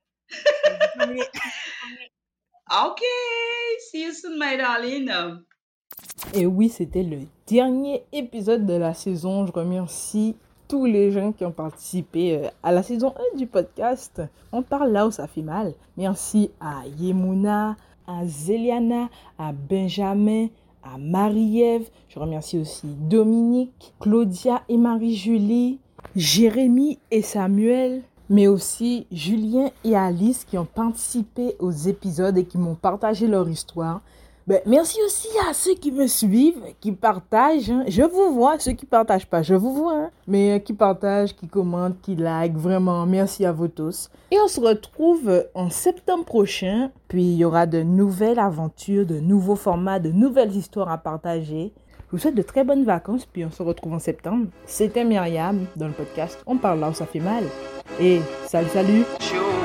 OK, see you soon, my darling. Et oui, c'était le dernier épisode de la saison. Je remercie tous les gens qui ont participé à la saison 1 du podcast. On parle là où ça fait mal. Merci à Yemuna, à Zéliana, à Benjamin, à Marie-Ève. Je remercie aussi Dominique, Claudia et Marie-Julie, Jérémy et Samuel, mais aussi Julien et Alice qui ont participé aux épisodes et qui m'ont partagé leur histoire. Merci aussi à ceux qui me suivent, qui partagent. Hein. Je vous vois, ceux qui ne partagent pas, je vous vois. Hein. Mais qui partagent, qui commentent, qui like, vraiment, merci à vous tous. Et on se retrouve en septembre prochain. Puis il y aura de nouvelles aventures, de nouveaux formats, de nouvelles histoires à partager. Je vous souhaite de très bonnes vacances, puis on se retrouve en septembre. C'était Myriam dans le podcast On parle là où ça fait mal. Et salut!